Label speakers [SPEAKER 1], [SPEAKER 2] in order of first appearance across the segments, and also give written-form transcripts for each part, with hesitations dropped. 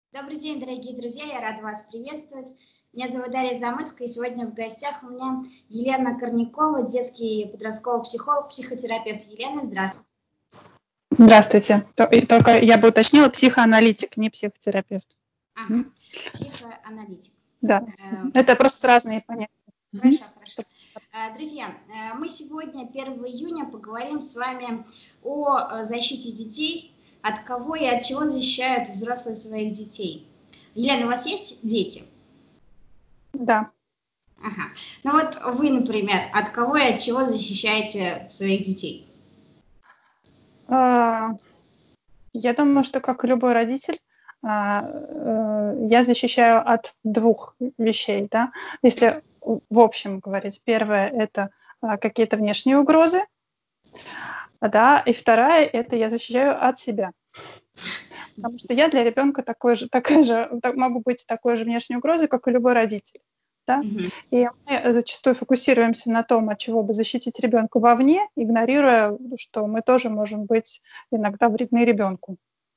[SPEAKER 1] Добрый день, дорогие друзья, я рада вас приветствовать. Меня зовут Дарья Замыцкая, и сегодня в гостях у меня Елена Корнякова, детский и подростковый психолог, психотерапевт. Елена, здравствуйте.
[SPEAKER 2] Здравствуйте. Только я бы уточнила, психоаналитик, не психотерапевт.
[SPEAKER 1] Ага, психоаналитик.
[SPEAKER 2] Да, это просто разные понятия.
[SPEAKER 1] Хорошо. Друзья, мы сегодня, 1 июня, поговорим с вами о защите детей, от кого и от чего защищают взрослые своих детей. Елена, у вас есть дети?
[SPEAKER 2] Да.
[SPEAKER 1] Ага. Ну вот вы, например, от кого и от чего защищаете своих детей?
[SPEAKER 2] Я думаю, что, как и любой родитель, я защищаю от двух вещей. Да? Если в общем говорить, первое – это какие-то внешние угрозы, да, и вторая – это я защищаю от себя. Потому что я для ребенка могу быть такой же внешней угрозой, как и любой родитель. Да? И мы зачастую фокусируемся на том, от чего бы защитить ребенка вовне, игнорируя, что мы тоже можем быть иногда вредны ребенку.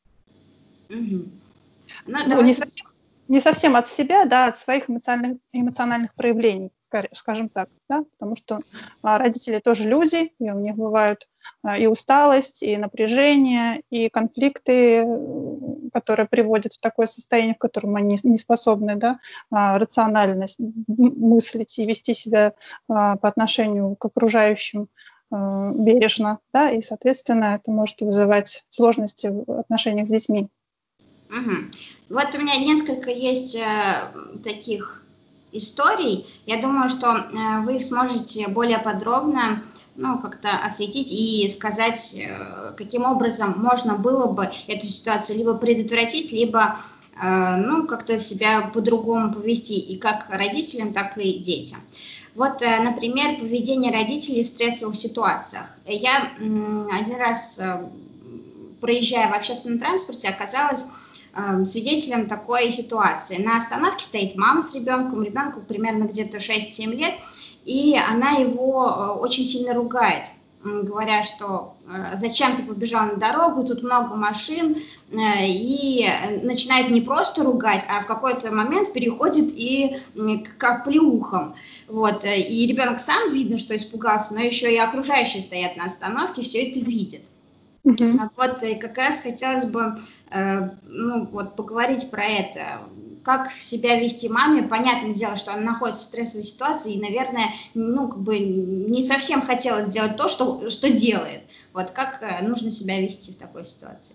[SPEAKER 2] Не совсем от себя, да, от своих эмоциональных проявлений, скажем так, да, потому что родители тоже люди, и у них бывают и усталость, и напряжение, и конфликты, которые приводят в такое состояние, в котором они не способны, да, рационально мыслить и вести себя по отношению к окружающим бережно, да, и, соответственно, это может вызывать сложности в отношениях с детьми.
[SPEAKER 1] Вот у меня несколько есть таких историй. Я думаю, что вы их сможете более подробно как-то осветить и сказать, каким образом можно было бы эту ситуацию либо предотвратить, либо как-то себя по-другому повести и как родителям, так и детям. Вот, например, поведение родителей в стрессовых ситуациях. Я один раз, проезжая в общественном транспорте, оказалась свидетелем такой ситуации. На остановке стоит мама с ребенком, ребенку примерно где-то 6-7 лет, и она его очень сильно ругает, говоря, что зачем ты побежал на дорогу, тут много машин, и начинает не просто ругать, а в какой-то момент переходит и к оплеухам. Вот. И ребенок сам, видно, что испугался, но еще и окружающие стоят на остановке, все это видят. Вот, и как раз хотелось бы поговорить про это. Как себя вести маме? Понятное дело, что она находится в стрессовой ситуации и, наверное, не совсем хотела сделать то, что делает. Вот как нужно себя вести в такой ситуации?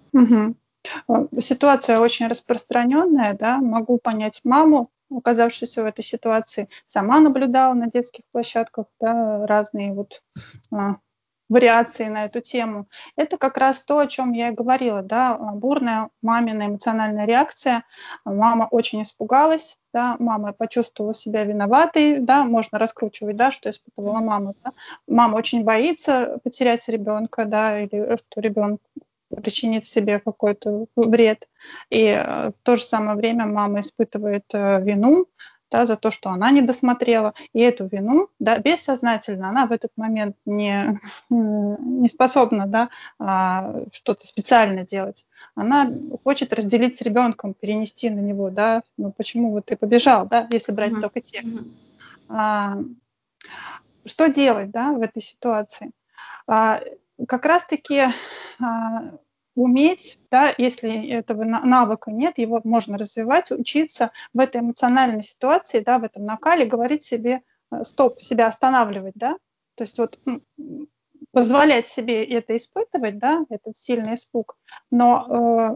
[SPEAKER 2] Ситуация очень распространенная, да, могу понять маму, оказавшуюся в этой ситуации. Сама наблюдала на детских площадках, да, разные вариации на эту тему. Это как раз то, о чем я и говорила, да, бурная мамина эмоциональная реакция. Мама очень испугалась, да, мама почувствовала себя виноватой, да, можно раскручивать, да, что испытывала мама. Да. Мама очень боится потерять ребенка, да, или что ребенок причинит себе какой-то вред. И в то же самое время мама испытывает вину, да, за то, что она не досмотрела, и эту вину, да, бессознательно она в этот момент не способна, да, что-то специально делать. Она хочет разделить с ребенком, перенести на него, да, почему вот ты побежал, да, если брать только текст. Что делать, да, в этой ситуации? Как раз-таки уметь, да, если этого навыка нет, его можно развивать, учиться в этой эмоциональной ситуации, да, в этом накале говорить себе стоп, себя останавливать, да, то есть вот позволять себе это испытывать, да, этот сильный испуг, но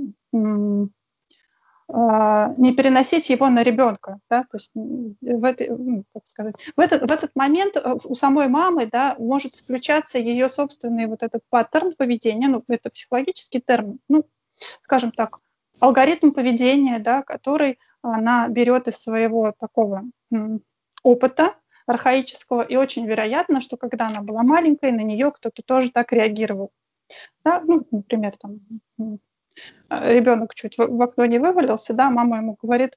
[SPEAKER 2] не переносить его на ребенка, да, то есть в этот момент у самой мамы, да, может включаться ее собственный вот этот паттерн поведения, это психологический термин, скажем так, алгоритм поведения, да, который она берет из своего такого опыта архаического, и очень вероятно, что когда она была маленькой, на нее кто-то тоже так реагировал. Да, например, там ребенок чуть в окно не вывалился, да, мама ему говорит,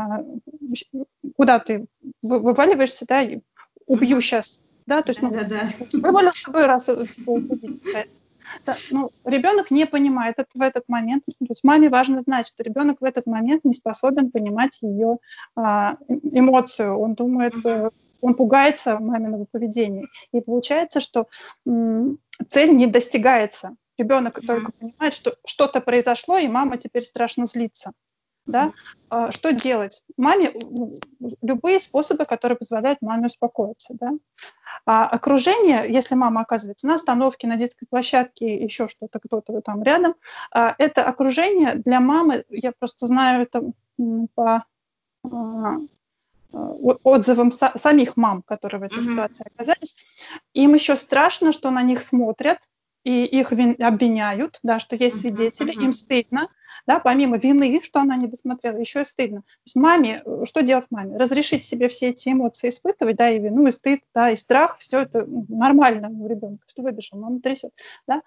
[SPEAKER 2] куда ты вываливаешься, да, убью сейчас, да, то есть, вывалился бы раз, типа, убить. Да, ну, ребенок не понимает это в этот момент. То есть маме важно знать, что ребенок в этот момент не способен понимать ее эмоцию. Он думает, он пугается маминого поведения. И получается, что цель не достигается. Ребенок только понимает, что что-то произошло, и мама теперь страшно злится. Да? Что делать? Маме любые способы, которые позволяют маме успокоиться. Да? А окружение, если мама оказывается на остановке, на детской площадке, еще что-то, кто-то там рядом, это окружение для мамы, я просто знаю это по отзывам самих мам, которые в этой ситуации оказались, им еще страшно, что на них смотрят, и их обвиняют, да, что есть свидетели, им стыдно, да, помимо вины, что она не досмотрела, еще и стыдно. То есть маме, что делать маме? Разрешить себе все эти эмоции испытывать, да, и вину, и стыд, да, и страх, все это нормально у ребенка, если выбежал, мама трясет, да,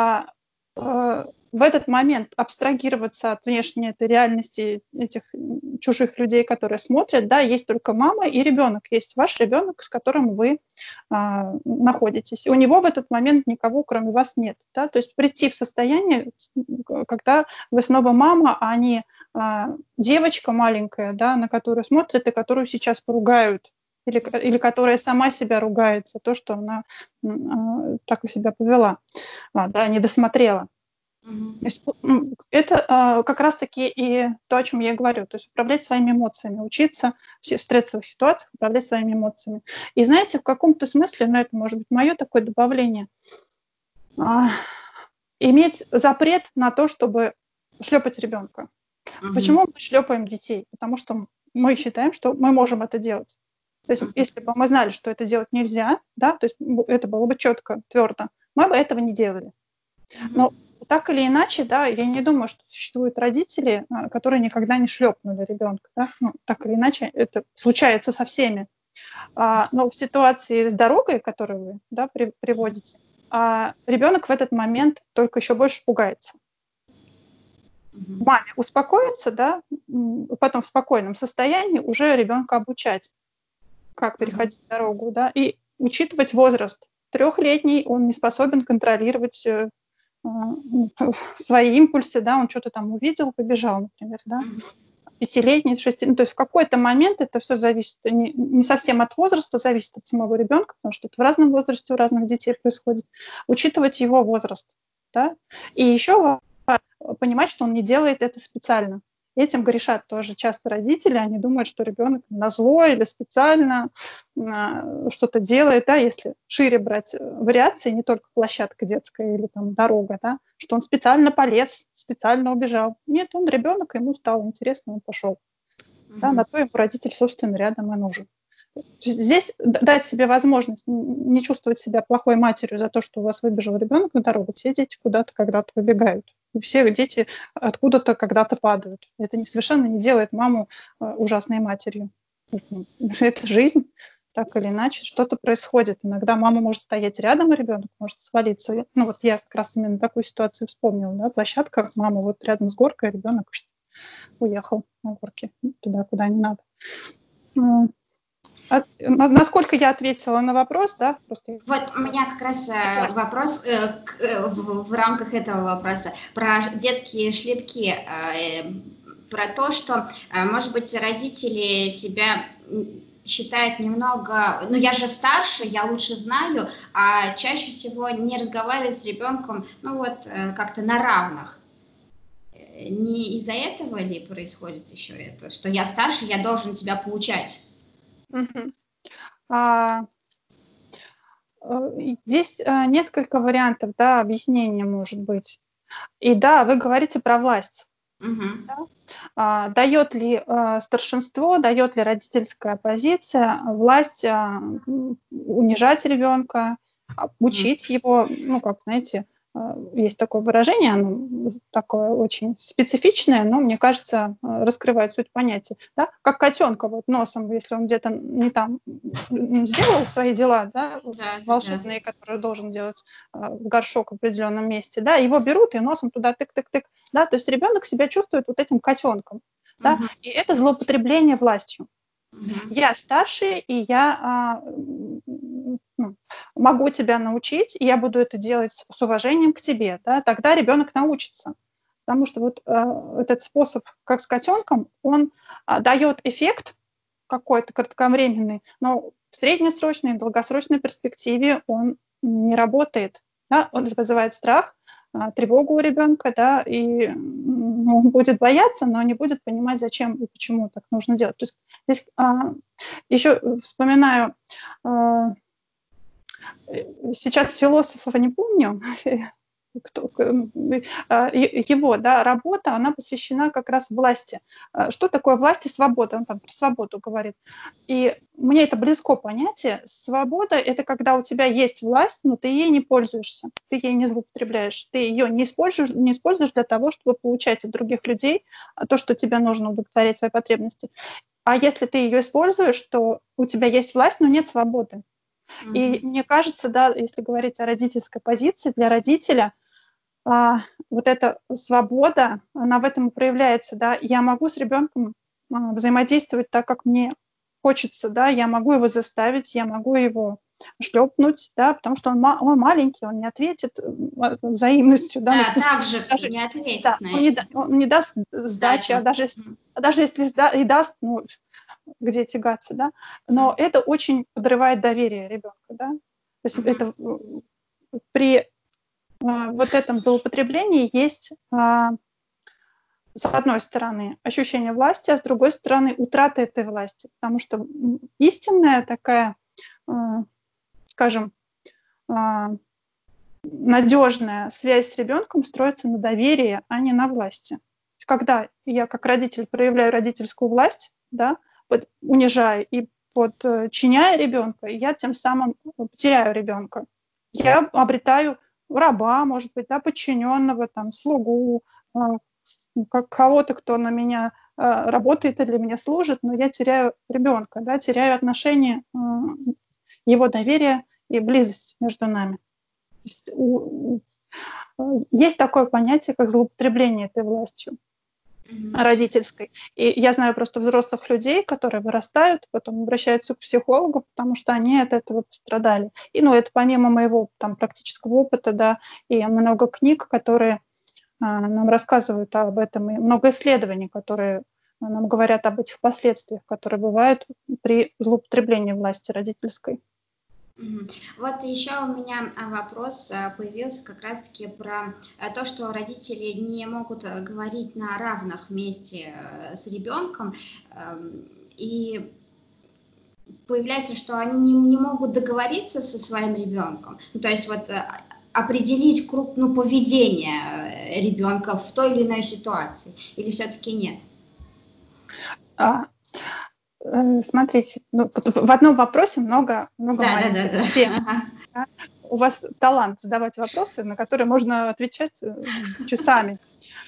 [SPEAKER 2] в этот момент абстрагироваться от внешней этой реальности этих чужих людей, которые смотрят, да, есть только мама и ребенок, есть ваш ребенок, с которым вы находитесь. У него в этот момент никого, кроме вас, нет, да, то есть прийти в состояние, когда вы снова мама, а не девочка маленькая, да, на которую смотрят и которую сейчас поругают, или которая сама себя ругает за то, что она так и себя повела, да, не досмотрела. То есть, это как раз-таки и то, о чем я и говорю. То есть управлять своими эмоциями, учиться в стрессовых ситуациях управлять своими эмоциями. И знаете, в каком-то смысле, но это может быть мое такое добавление, иметь запрет на то, чтобы шлепать ребенка. Почему мы шлепаем детей? Потому что мы считаем, что мы можем это делать. То есть, если бы мы знали, что это делать нельзя, да, то есть это было бы четко, твердо, мы бы этого не делали. Но так или иначе, да, я не думаю, что существуют родители, которые никогда не шлепнули ребенка. Да? Ну, так или иначе, это случается со всеми. Но в ситуации с дорогой, которую вы, да, приводите, ребенок в этот момент только еще больше пугается. Маме успокоиться, да, потом в спокойном состоянии уже ребенка обучать, как переходить дорогу, да, и учитывать возраст. 3-летний, он не способен контролировать свои импульсы, да, он что-то там увидел, побежал, например, да. 5-летний, 6-летний, то есть в какой-то момент это все зависит не совсем от возраста, зависит от самого ребенка, потому что это в разном возрасте у разных детей происходит, учитывать его возраст, да, и еще понимать, что он не делает это специально. Этим грешат тоже часто родители, они думают, что ребенок назло или специально что-то делает, да, если шире брать вариации, не только площадка детская или там дорога, да, что он специально полез, специально убежал. Нет, он ребенок, ему стало интересно, он пошел. Да, на то ему родитель, собственно, рядом и нужен. Здесь дать себе возможность не чувствовать себя плохой матерью за то, что у вас выбежал ребенок на дорогу. Все дети куда-то когда-то выбегают. И все дети откуда-то когда-то падают. Это совершенно не делает маму ужасной матерью. Это жизнь, так или иначе, что-то происходит. Иногда мама может стоять рядом, и ребенок может свалиться. Ну вот я как раз именно такую ситуацию вспомнила. Да? Площадка, мама вот рядом с горкой, а ребенок уехал на горке туда, куда не надо. Насколько я ответила на вопрос, да?
[SPEAKER 1] Просто... Вот у меня как раз вопрос в рамках этого вопроса про детские шлепки, про то, что, может быть, родители себя считают немного, ну я же старше, я лучше знаю, а чаще всего не разговаривают с ребенком, ну вот как-то на равных. Не из-за этого ли происходит еще это, что я старше, я должен тебя поучать?
[SPEAKER 2] Здесь несколько вариантов, да, объяснения может быть. И да, вы говорите про власть. Да? Дает ли старшинство, дает ли родительская позиция власть унижать ребенка, учить его, ну, как, знаете, есть такое выражение, оно такое очень специфичное, но, мне кажется, раскрывает суть понятия. Да? Как котенка вот носом, если он где-то не там сделал свои дела, да, волшебные, которые должен делать горшок в определенном месте, да, его берут и носом туда тык-тык-тык. Да? То есть ребенок себя чувствует вот этим котенком. Да? И это злоупотребление властью. Я старше, и я могу тебя научить, и я буду это делать с уважением к тебе, да, тогда ребенок научится. Потому что вот этот способ, как с котенком, он дает эффект какой-то кратковременный, но в среднесрочной и долгосрочной перспективе он не работает. Да? Он вызывает страх, тревогу у ребенка, да, и он будет бояться, но не будет понимать, зачем и почему так нужно делать. То есть здесь еще вспоминаю, сейчас философов не помню, его, да, работа, она посвящена как раз власти. Что такое власть и свобода? Он там про свободу говорит. И мне это близко понятие. Свобода – это когда у тебя есть власть, но ты ей не пользуешься, ты ей не злоупотребляешь, ты ее не используешь для того, чтобы получать от других людей то, что тебе нужно удовлетворять свои потребности. А если ты ее используешь, то у тебя есть власть, но нет свободы. И мне кажется, да, если говорить о родительской позиции, для родителя вот эта свобода, она в этом и проявляется, да, я могу с ребенком взаимодействовать так, как мне хочется, да, я могу его заставить, я могу его шлепнуть, да, потому что он маленький, он не ответит взаимностью, да,
[SPEAKER 1] Да, также
[SPEAKER 2] даже,
[SPEAKER 1] не ответит
[SPEAKER 2] да,
[SPEAKER 1] на
[SPEAKER 2] он
[SPEAKER 1] это.
[SPEAKER 2] не даст сдачи,
[SPEAKER 1] Сдачу.
[SPEAKER 2] даже если и даст, ну, где тягаться, да, но это очень подрывает доверие ребенка, да, то есть это при вот этом злоупотреблении есть, с одной стороны, ощущение власти, а с другой стороны, утрата этой власти. Потому что истинная такая, скажем, надежная связь с ребенком строится на доверии, а не на власти. Когда я как родитель проявляю родительскую власть, да, унижая и подчиняя ребенка, я тем самым теряю ребенка. Я обретаю раба, может быть, да, подчиненного, там, слугу, как кого-то, кто на меня работает и для меня служит, но я теряю ребенка, да, теряю отношения, его доверие и близость между нами. Есть такое понятие, как злоупотребление этой властью родительской. И я знаю просто взрослых людей, которые вырастают, потом обращаются к психологу, потому что они от этого пострадали. И, ну, это помимо моего там практического опыта, да, и много книг, которые нам рассказывают об этом, и много исследований, которые нам говорят об этих последствиях, которые бывают при злоупотреблении власти родительской.
[SPEAKER 1] Вот еще у меня вопрос появился как раз-таки про то, что родители не могут говорить на равных вместе с ребенком, и появляется, что они не могут договориться со своим ребенком. Ну, то есть вот определить круг поведения ребенка в той или иной ситуации, или все-таки нет?
[SPEAKER 2] Смотрите, в одном вопросе много маленьких тем. Да. У вас талант задавать вопросы, на которые можно отвечать часами.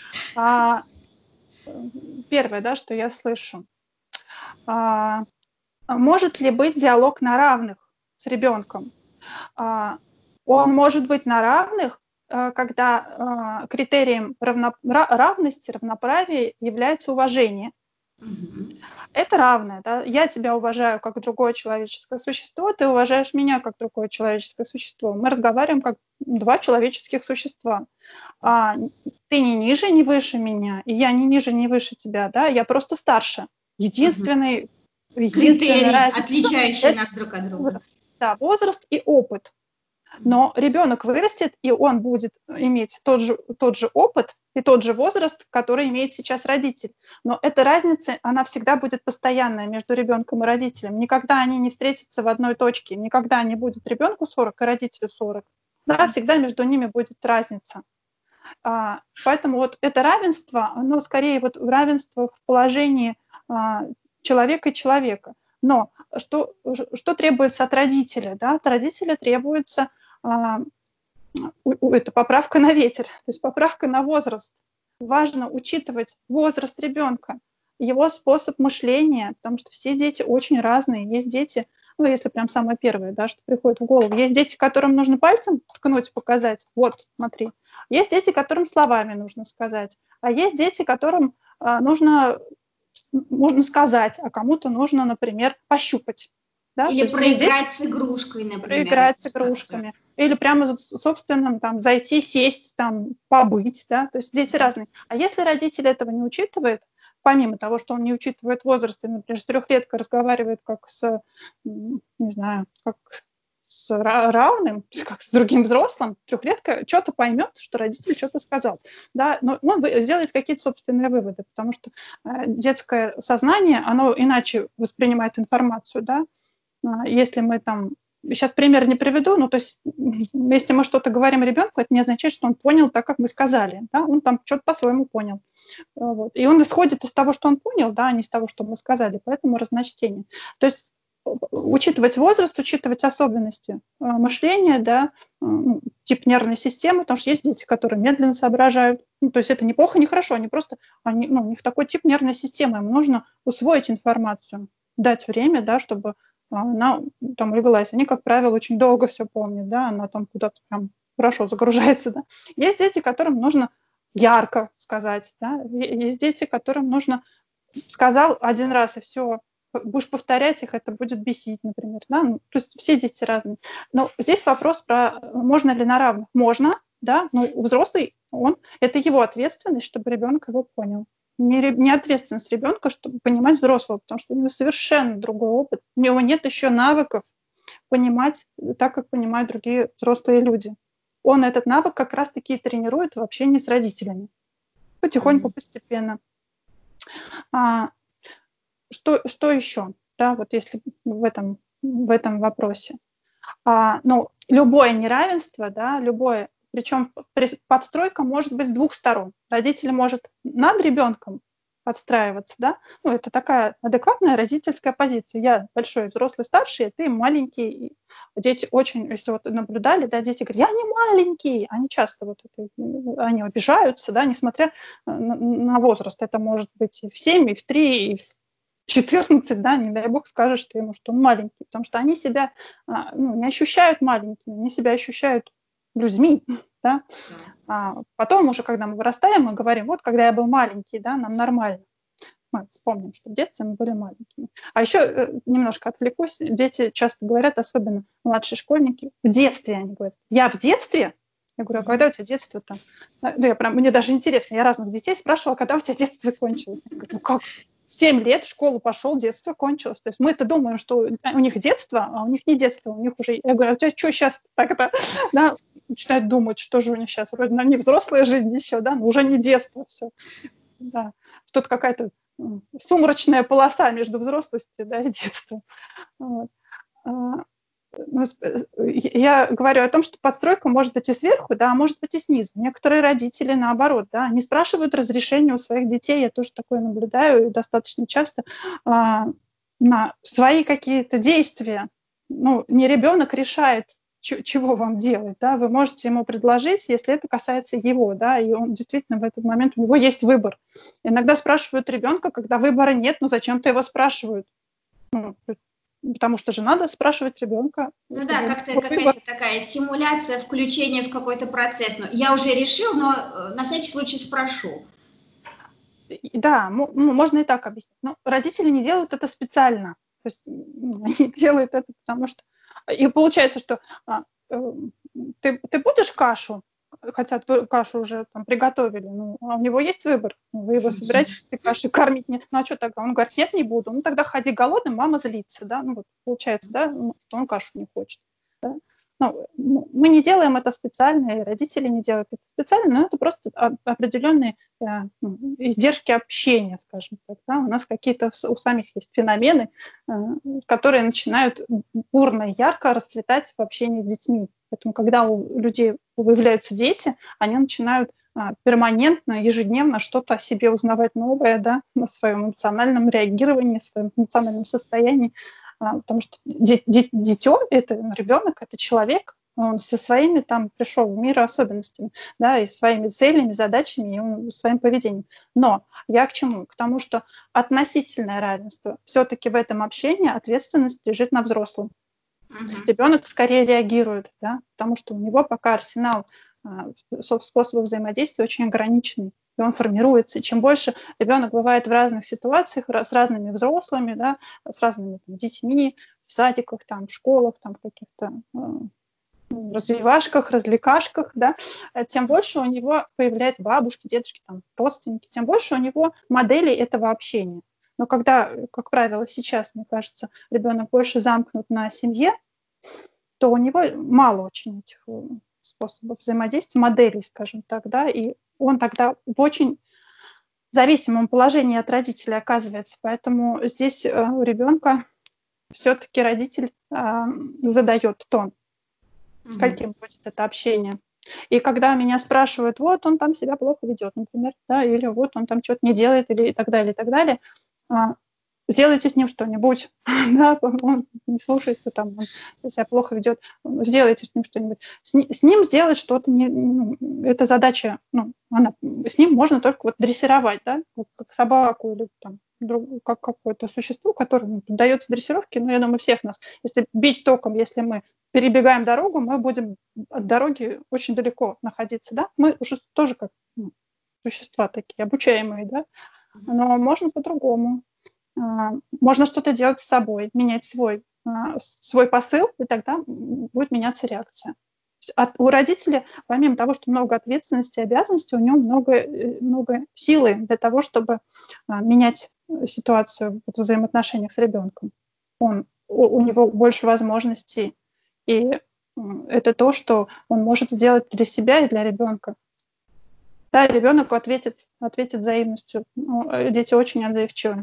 [SPEAKER 2] Первое, да, что я слышу. Может ли быть диалог на равных с ребенком? Он может быть на равных, когда критерием равности, равноправия является уважение. Это равное, да? Я тебя уважаю как другое человеческое существо, ты уважаешь меня как другое человеческое существо. Мы разговариваем как два человеческих существа. Ты не ниже, не выше меня, и я не ниже, не выше тебя, да? Я просто старше. Единственная разница,
[SPEAKER 1] отличающий нас друг от друга.
[SPEAKER 2] Да, возраст и опыт. Но ребенок вырастет, и он будет иметь тот же опыт и тот же возраст, который имеет сейчас родитель. Но эта разница, она всегда будет постоянная между ребенком и родителем. Никогда они не встретятся в одной точке, никогда не будет ребенку 40 и родителю 40. Да, всегда между ними будет разница. Поэтому вот это равенство, оно скорее вот равенство в положении человека и человека. Но что требуется от родителя? Да? От родителя требуется это поправка на ветер, то есть поправка на возраст. Важно учитывать возраст ребенка, его способ мышления, потому что все дети очень разные. Есть дети, ну, если прям самое первое, да, что приходит в голову. Есть дети, которым нужно пальцем ткнуть, показать. Вот, смотри. Есть дети, которым словами нужно сказать. А есть дети, которым нужно сказать, а кому-то нужно, например, пощупать. Да?
[SPEAKER 1] Или проиграть с игрушкой, например.
[SPEAKER 2] Проиграть с игрушками. Или прямо собственным там зайти, сесть, там, побыть, да, то есть дети разные. А если родитель этого не учитывает, помимо того, что он не учитывает возраст, и, например, с трехлеткой разговаривает как с, не знаю, как с равным, как с другим взрослым, трехлетка что-то поймет, что родитель что-то сказал, да, но он делает какие-то собственные выводы, потому что детское сознание, оно иначе воспринимает информацию, да. Если мы там, сейчас пример не приведу, но то есть если мы что-то говорим ребенку, это не означает, что он понял так, как мы сказали, да, он там что-то по-своему понял. Вот. И он исходит из того, что он понял, да, а не из того, что мы сказали, поэтому разночтение. То есть учитывать возраст, учитывать особенности мышления, да, тип нервной системы, потому что есть дети, которые медленно соображают. Ну, то есть это не плохо, не хорошо, они просто, у них такой тип нервной системы, им нужно усвоить информацию, дать время, да, чтобы она там улеглась. Они, как правило, очень долго все помнят, да, она там куда-то прям хорошо загружается, да. Есть дети, которым нужно ярко сказать, да, есть дети, которым нужно сказал один раз и все, будешь повторять их, это будет бесить, например, да, то есть все дети разные. Но здесь вопрос про можно ли на равных. Можно, да, но взрослый, это его ответственность, чтобы ребенок его понял. Не ответственность ребенка, чтобы понимать взрослого, потому что у него совершенно другой опыт, у него нет еще навыков понимать так, как понимают другие взрослые люди. Он этот навык как раз-таки и тренирует в общении с родителями. Потихоньку, постепенно. Что еще? Да, вот если в этом вопросе. Любое неравенство, да, причем подстройка может быть с двух сторон. Родитель может над ребенком подстраиваться, да, это такая адекватная родительская позиция. Я большой, взрослый, старший, а ты маленький. Дети очень, если вот наблюдали, да, дети говорят, я не маленький. Они часто они обижаются, да, несмотря на возраст. Это может быть и в 7, и в 3, и в 14, да, не дай бог скажешь ты ему, что он маленький, потому что они себя не ощущают маленькими, они себя ощущают людьми, да. Потом уже, когда мы вырастаем, мы говорим, вот, когда я был маленький, да, нам нормально. Мы помним, что в детстве мы были маленькими. А еще немножко отвлекусь, дети часто говорят, особенно младшие школьники, в детстве они говорят, я в детстве? Я говорю, а когда у тебя детство-то? Мне даже интересно, я разных детей спрашивала, когда у тебя детство закончилось. Я говорю, как? 7 лет в школу пошел, детство кончилось. То есть мы-то думаем, что у них детство, а у них не детство, у них уже... Я говорю, а у тебя что сейчас так-то? Да, начинают думать, что же у них сейчас. Вроде не взрослая жизнь еще, да, но уже не детство все. Да. Тут какая-то сумрачная полоса между взрослостью, да, и детством. Вот. Я говорю о том, что подстройка может быть и сверху, да, а может быть и снизу. Некоторые родители, наоборот, да, не спрашивают разрешения у своих детей, я тоже такое наблюдаю достаточно часто, на свои какие-то действия. Не ребенок решает, чего вам делать, да, вы можете ему предложить, если это касается его, да, и он действительно в этот момент, у него есть выбор. Иногда спрашивают ребенка, когда выбора нет, зачем-то его спрашивают. Потому что же надо спрашивать ребенка.
[SPEAKER 1] Да, как-то какая-то такая симуляция включения в какой-то процесс. Я уже решил, но на всякий случай спрошу.
[SPEAKER 2] Да, можно и так объяснить. Но родители не делают это специально. То есть они делают это потому что... И получается, что ты будешь кашу, хотя кашу уже там приготовили, а у него есть выбор. Вы его собираетесь этой кашей кормить? Нет, а что тогда? Он говорит, нет, не буду. Тогда ходи голодным, мама злится, да, получается, да, что он кашу не хочет. Да? Мы не делаем это специально, и родители не делают это специально, но это просто определенные издержки общения, скажем так. Да? У нас какие-то у самих есть феномены, которые начинают бурно и ярко расцветать в общении с детьми. Поэтому, когда у людей выявляются дети, они начинают перманентно, ежедневно что-то о себе узнавать новое, да, на своем эмоциональном реагировании, своем эмоциональном состоянии. Потому что дитё, это ребенок, это человек, он со своими там пришел в мир особенностями, да, и своими целями, задачами, и своим поведением. Но я к чему? К тому, что относительное равенство. Все-таки в этом общении ответственность лежит на взрослом. Ребенок скорее реагирует, да, потому что у него пока арсенал способов взаимодействия очень ограниченный, и он формируется. И чем больше ребенок бывает в разных ситуациях с разными взрослыми, да, с разными детьми, в садиках, там, в школах, там, в каких-то развивашках, развлекашках, да, тем больше у него появляются бабушки, дедушки, там, родственники, тем больше у него моделей этого общения. Но когда, как правило, сейчас, мне кажется, ребенок больше замкнут на семье, то у него мало очень этих способов взаимодействия, моделей, скажем так, да, и он тогда в очень зависимом положении от родителей оказывается. Поэтому здесь у ребенка все-таки родитель задает тон, каким будет это общение. И когда меня спрашивают, вот он там себя плохо ведет, например, да, или вот он там что-то не делает, или и так далее, сделайте с ним что-нибудь, да, он не слушается, там, он себя плохо ведет, сделайте с ним что-нибудь. С ним сделать что-то, это задача, с ним можно только вот дрессировать, да, как собаку или там, как какое-то существо, которое поддается дрессировке, я думаю, всех нас. Если бить током, если мы перебегаем дорогу, мы будем от дороги очень далеко находиться, да, мы уже тоже как существа такие, обучаемые, да, но можно по-другому. Можно что-то делать с собой, менять свой посыл, и тогда будет меняться реакция. У родителя, помимо того, что много ответственности и обязанностей, у него много силы для того, чтобы менять ситуацию в взаимоотношениях с ребенком. У него больше возможностей, и это то, что он может сделать для себя и для ребенка. Да, ребенок ответит взаимностью. Дети очень отзывчивы.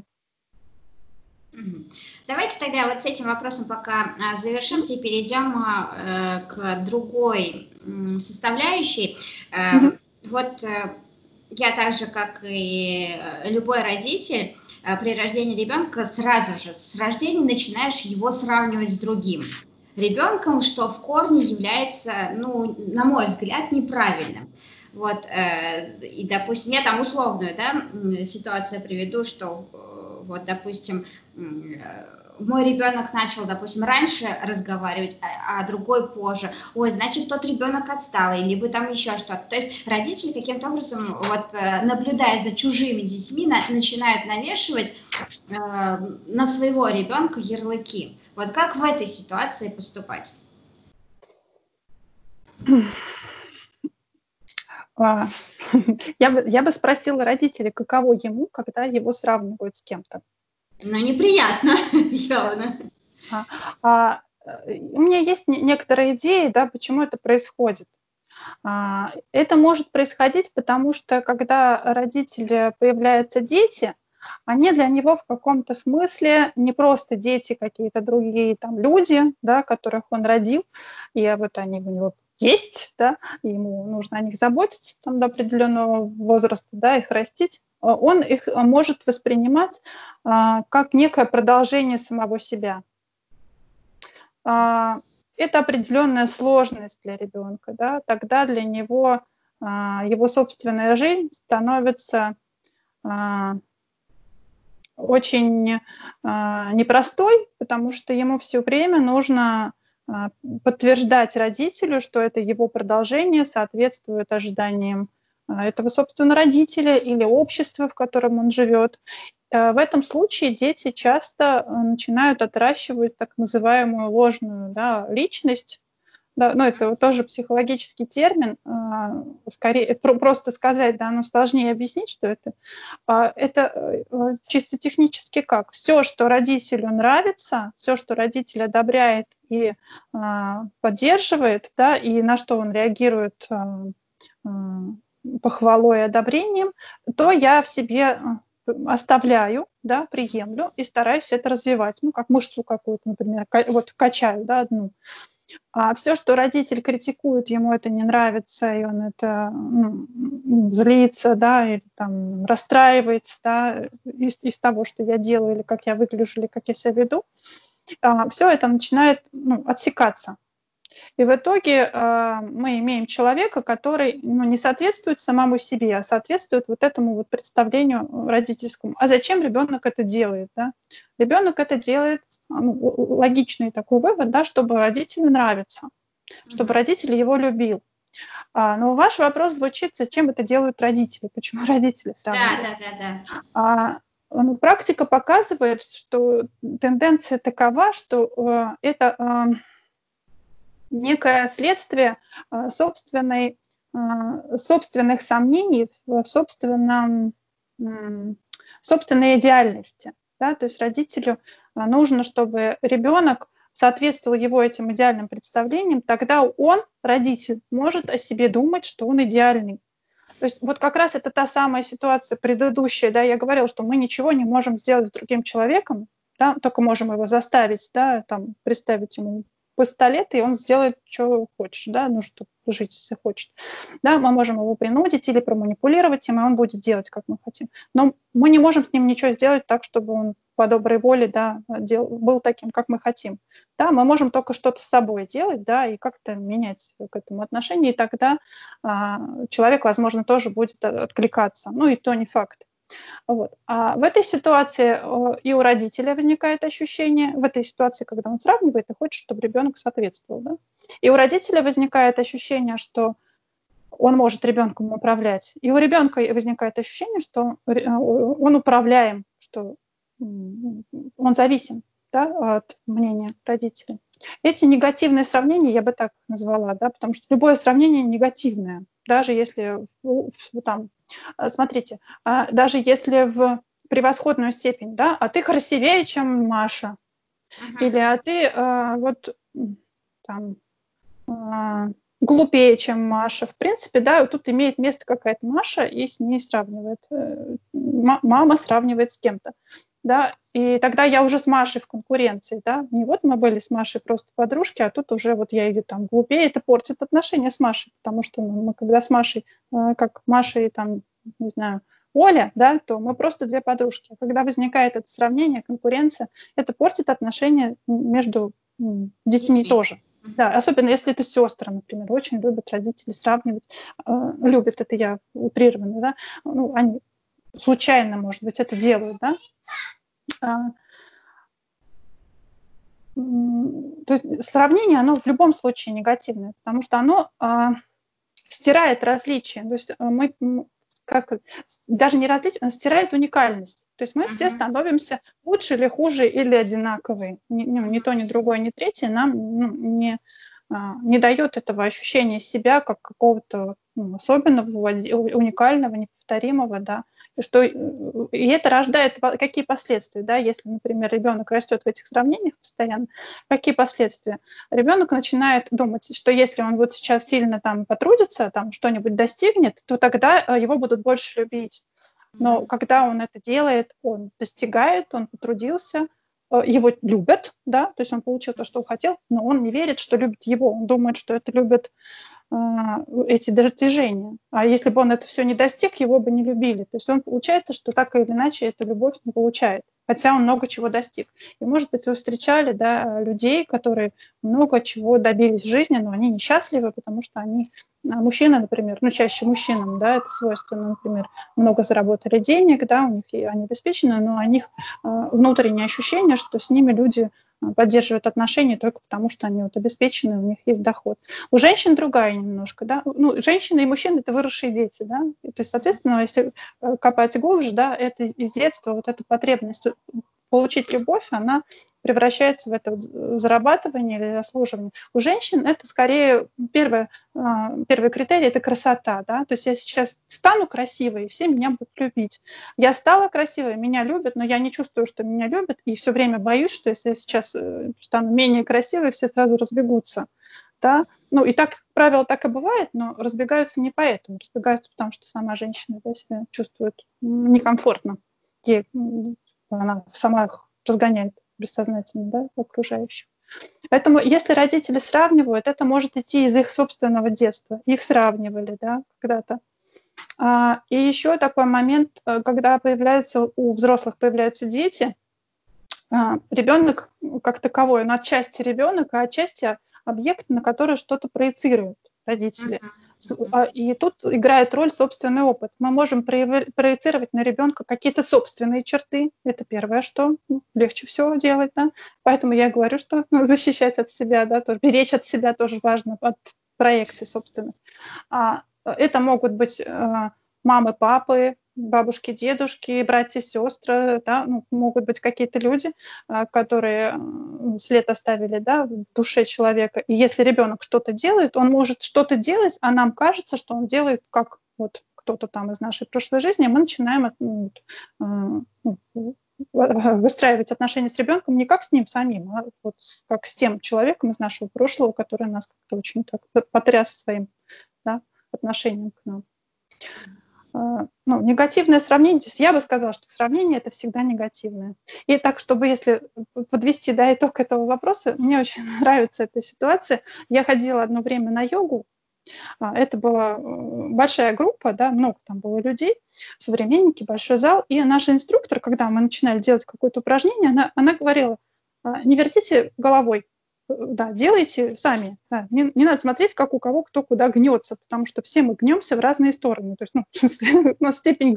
[SPEAKER 1] Давайте тогда вот с этим вопросом пока завершимся и перейдем к другой составляющей. Вот я так же, как и любой родитель, при рождении ребенка сразу же с рождения начинаешь его сравнивать с другим ребенком, что в корне является, на мой взгляд, неправильным. Вот, и, допустим, я там условную, ситуацию приведу, что, вот, допустим, мой ребенок начал, допустим, раньше разговаривать, а другой позже. Ой, значит, тот ребенок отсталый, либо там еще что-то. То есть родители каким-то образом, вот, наблюдая за чужими детьми, начинают навешивать на своего ребенка ярлыки. Вот как в этой ситуации поступать?
[SPEAKER 2] Я бы спросила родителей, каково ему, когда его сравнивают с кем-то.
[SPEAKER 1] Неприятно, явно.
[SPEAKER 2] У меня есть некоторые идеи, да, почему это происходит. Это может происходить, потому что когда родители появляются дети, они для него в каком-то смысле не просто дети, какие-то другие там люди, да, которых он родил, и вот они у него есть, да, и ему нужно о них заботиться там, до определенного возраста, да, их растить. Он их может воспринимать как некое продолжение самого себя. Это определенная сложность для ребенка, да, тогда для него его собственная жизнь становится очень непростой, потому что ему все время нужно подтверждать родителю, что это его продолжение соответствует ожиданиям этого, собственно, родителя или общества, в котором он живет. В этом случае дети часто начинают отращивать так называемую ложную, да, личность. Да, это тоже психологический термин. Скорее, просто сказать, да, сложнее объяснить, что это. Это чисто технически как? Все, что родителю нравится, все, что родитель одобряет и поддерживает, да, и на что он реагирует похвалой и одобрением, то я в себе оставляю, да, приемлю и стараюсь это развивать. Как мышцу какую-то, например, вот качаю, да, одну. А все, что родитель критикует, ему это не нравится, и он это злится, да, или там расстраивается, да, из того, что я делаю, или как я выгляжу, или как я себя веду, все это начинает отсекаться. И в итоге мы имеем человека, который не соответствует самому себе, а соответствует вот этому вот представлению родительскому. А зачем ребенок это делает? Да? Ребенок это делает, логичный такой вывод, да, чтобы родителю нравиться, чтобы родитель его любил. Но ваш вопрос звучит, зачем это делают родители, почему родители сравнивают.
[SPEAKER 1] Да.
[SPEAKER 2] Практика показывает, что тенденция такова, что это некое следствие собственных сомнений в собственной идеальности. Да? То есть родителю нужно, чтобы ребенок соответствовал его этим идеальным представлениям, тогда он, родитель, может о себе думать, что он идеальный. То есть вот как раз это та самая ситуация предыдущая, да, я говорила, что мы ничего не можем сделать с другим человеком, да, только можем его заставить, да, там, представить ему пистолет, и он сделает, что хочет, да, ну, чтобы жить, если хочет. Да, мы можем его принудить или проманипулировать им, и он будет делать, как мы хотим. Но мы не можем с ним ничего сделать так, чтобы он по доброй воле, да, был таким, как мы хотим. Да, мы можем только что-то с собой делать, да, и как-то менять к этому отношение, и тогда человек, возможно, тоже будет откликаться. Ну, и то не факт. Вот. А в этой ситуации и у родителя возникает ощущение, в этой ситуации, когда он сравнивает и хочет, чтобы ребенок соответствовал, да, и у родителя возникает ощущение, что он может ребенком управлять, и у ребенка возникает ощущение, что он управляем, что он зависим, да, от мнения родителей. Эти негативные сравнения я бы так назвала, да, потому что любое сравнение негативное, даже если там, смотрите, даже если в превосходную степень, да, а ты красивее, чем Маша, или а ты вот там глупее, чем Маша. В принципе, да, тут имеет место какая-то Маша и с ней сравнивает. Мама сравнивает с кем-то. Да, и тогда я уже с Машей в конкуренции, да, не вот мы были с Машей просто подружки, а тут уже вот я ее там глупее, это портит отношения с Машей, потому что мы когда с Машей, как Маша и там, не знаю, Оля, да, то мы просто две подружки. А когда возникает это сравнение, конкуренция, это портит отношения между детьми тоже. Да, особенно если это сестры, например, очень любят родители сравнивать, любят, это я утрированно, да, ну, они случайно, может быть, это делают, да. То есть сравнение, оно в любом случае негативное, потому что оно стирает различия. То есть мы даже не различия, оно стирает уникальность. То есть мы все становимся лучше или хуже или одинаковые. Ни то, ни другое, ни третье нам не дает этого ощущения себя как какого-то особенного, уникального, неповторимого, да. И это рождает какие последствия, да, если, например, ребенок растет в этих сравнениях постоянно, какие последствия? Ребенок начинает думать, что если он вот сейчас сильно там потрудится, там что-нибудь достигнет, то тогда его будут больше любить. Но когда он это делает, он достигает, он потрудился, его любят, да, то есть он получил то, что он хотел, но он не верит, что любят его, он думает, что это любят эти достижения. А если бы он это все не достиг, его бы не любили. То есть он получается, что так или иначе эту любовь не получает, хотя он много чего достиг. И, может быть, вы встречали, да, людей, которые много чего добились в жизни, но они несчастливы, потому что они, мужчины, например, ну, чаще мужчинам, да, это свойственно, например, много заработали денег, да, у них они обеспечены, но у них внутреннее ощущение, что с ними люди поддерживают отношения только потому, что они вот обеспечены, у них есть доход. У женщин другая немножко, да, ну, женщины и мужчины – это выросшие дети, да, то есть, соответственно, если копать глубже, да, это из детства вот эта потребность получить любовь, она превращается в это зарабатывание или заслуживание. У женщин это скорее первый критерий – это красота. Да? То есть я сейчас стану красивой, и все меня будут любить. Я стала красивой, меня любят, но я не чувствую, что меня любят, и все время боюсь, что если я сейчас стану менее красивой, все сразу разбегутся. Да? Ну и так, как правило, так и бывает, но разбегаются не поэтому. Разбегаются потому, что сама женщина, да, себя чувствует некомфортно. Она сама их разгоняет бессознательно, да, окружающих. Поэтому если родители сравнивают, это может идти из их собственного детства. Их сравнивали, да, когда-то. И еще такой момент, когда у взрослых появляются дети, ребенок как таковой, он отчасти ребенок, а отчасти объект, на который что-то проецируют родители. И тут играет роль собственный опыт. Мы можем проецировать на ребенка какие-то собственные черты. Это первое, что легче всего делать. Да? Поэтому я говорю, что защищать от себя, да, тоже, беречь от себя тоже важно, от проекций собственных. Это могут быть мамы, папы, бабушки, дедушки, братья, сестры, да, ну, могут быть какие-то люди, которые след оставили, да, в душе человека. И если ребенок что-то делает, он может что-то делать, а нам кажется, что он делает как вот кто-то там из нашей прошлой жизни, и мы начинаем выстраивать отношения с ребенком не как с ним самим, а вот как с тем человеком из нашего прошлого, который нас как-то очень так потряс своим, да, отношением к нам. Ну, негативное сравнение, то есть я бы сказала, что сравнение – это всегда негативное. И так, чтобы если подвести, да, итог этого вопроса, мне очень нравится эта ситуация. Я ходила одно время на йогу, это была большая группа, да, много там было людей, современники, большой зал, и наш инструктор, когда мы начинали делать какое-то упражнение, она говорила, не вертите головой, да, делайте сами. Да. Не надо смотреть, как у кого кто куда гнется, потому что все мы гнемся в разные стороны. То есть, у нас степень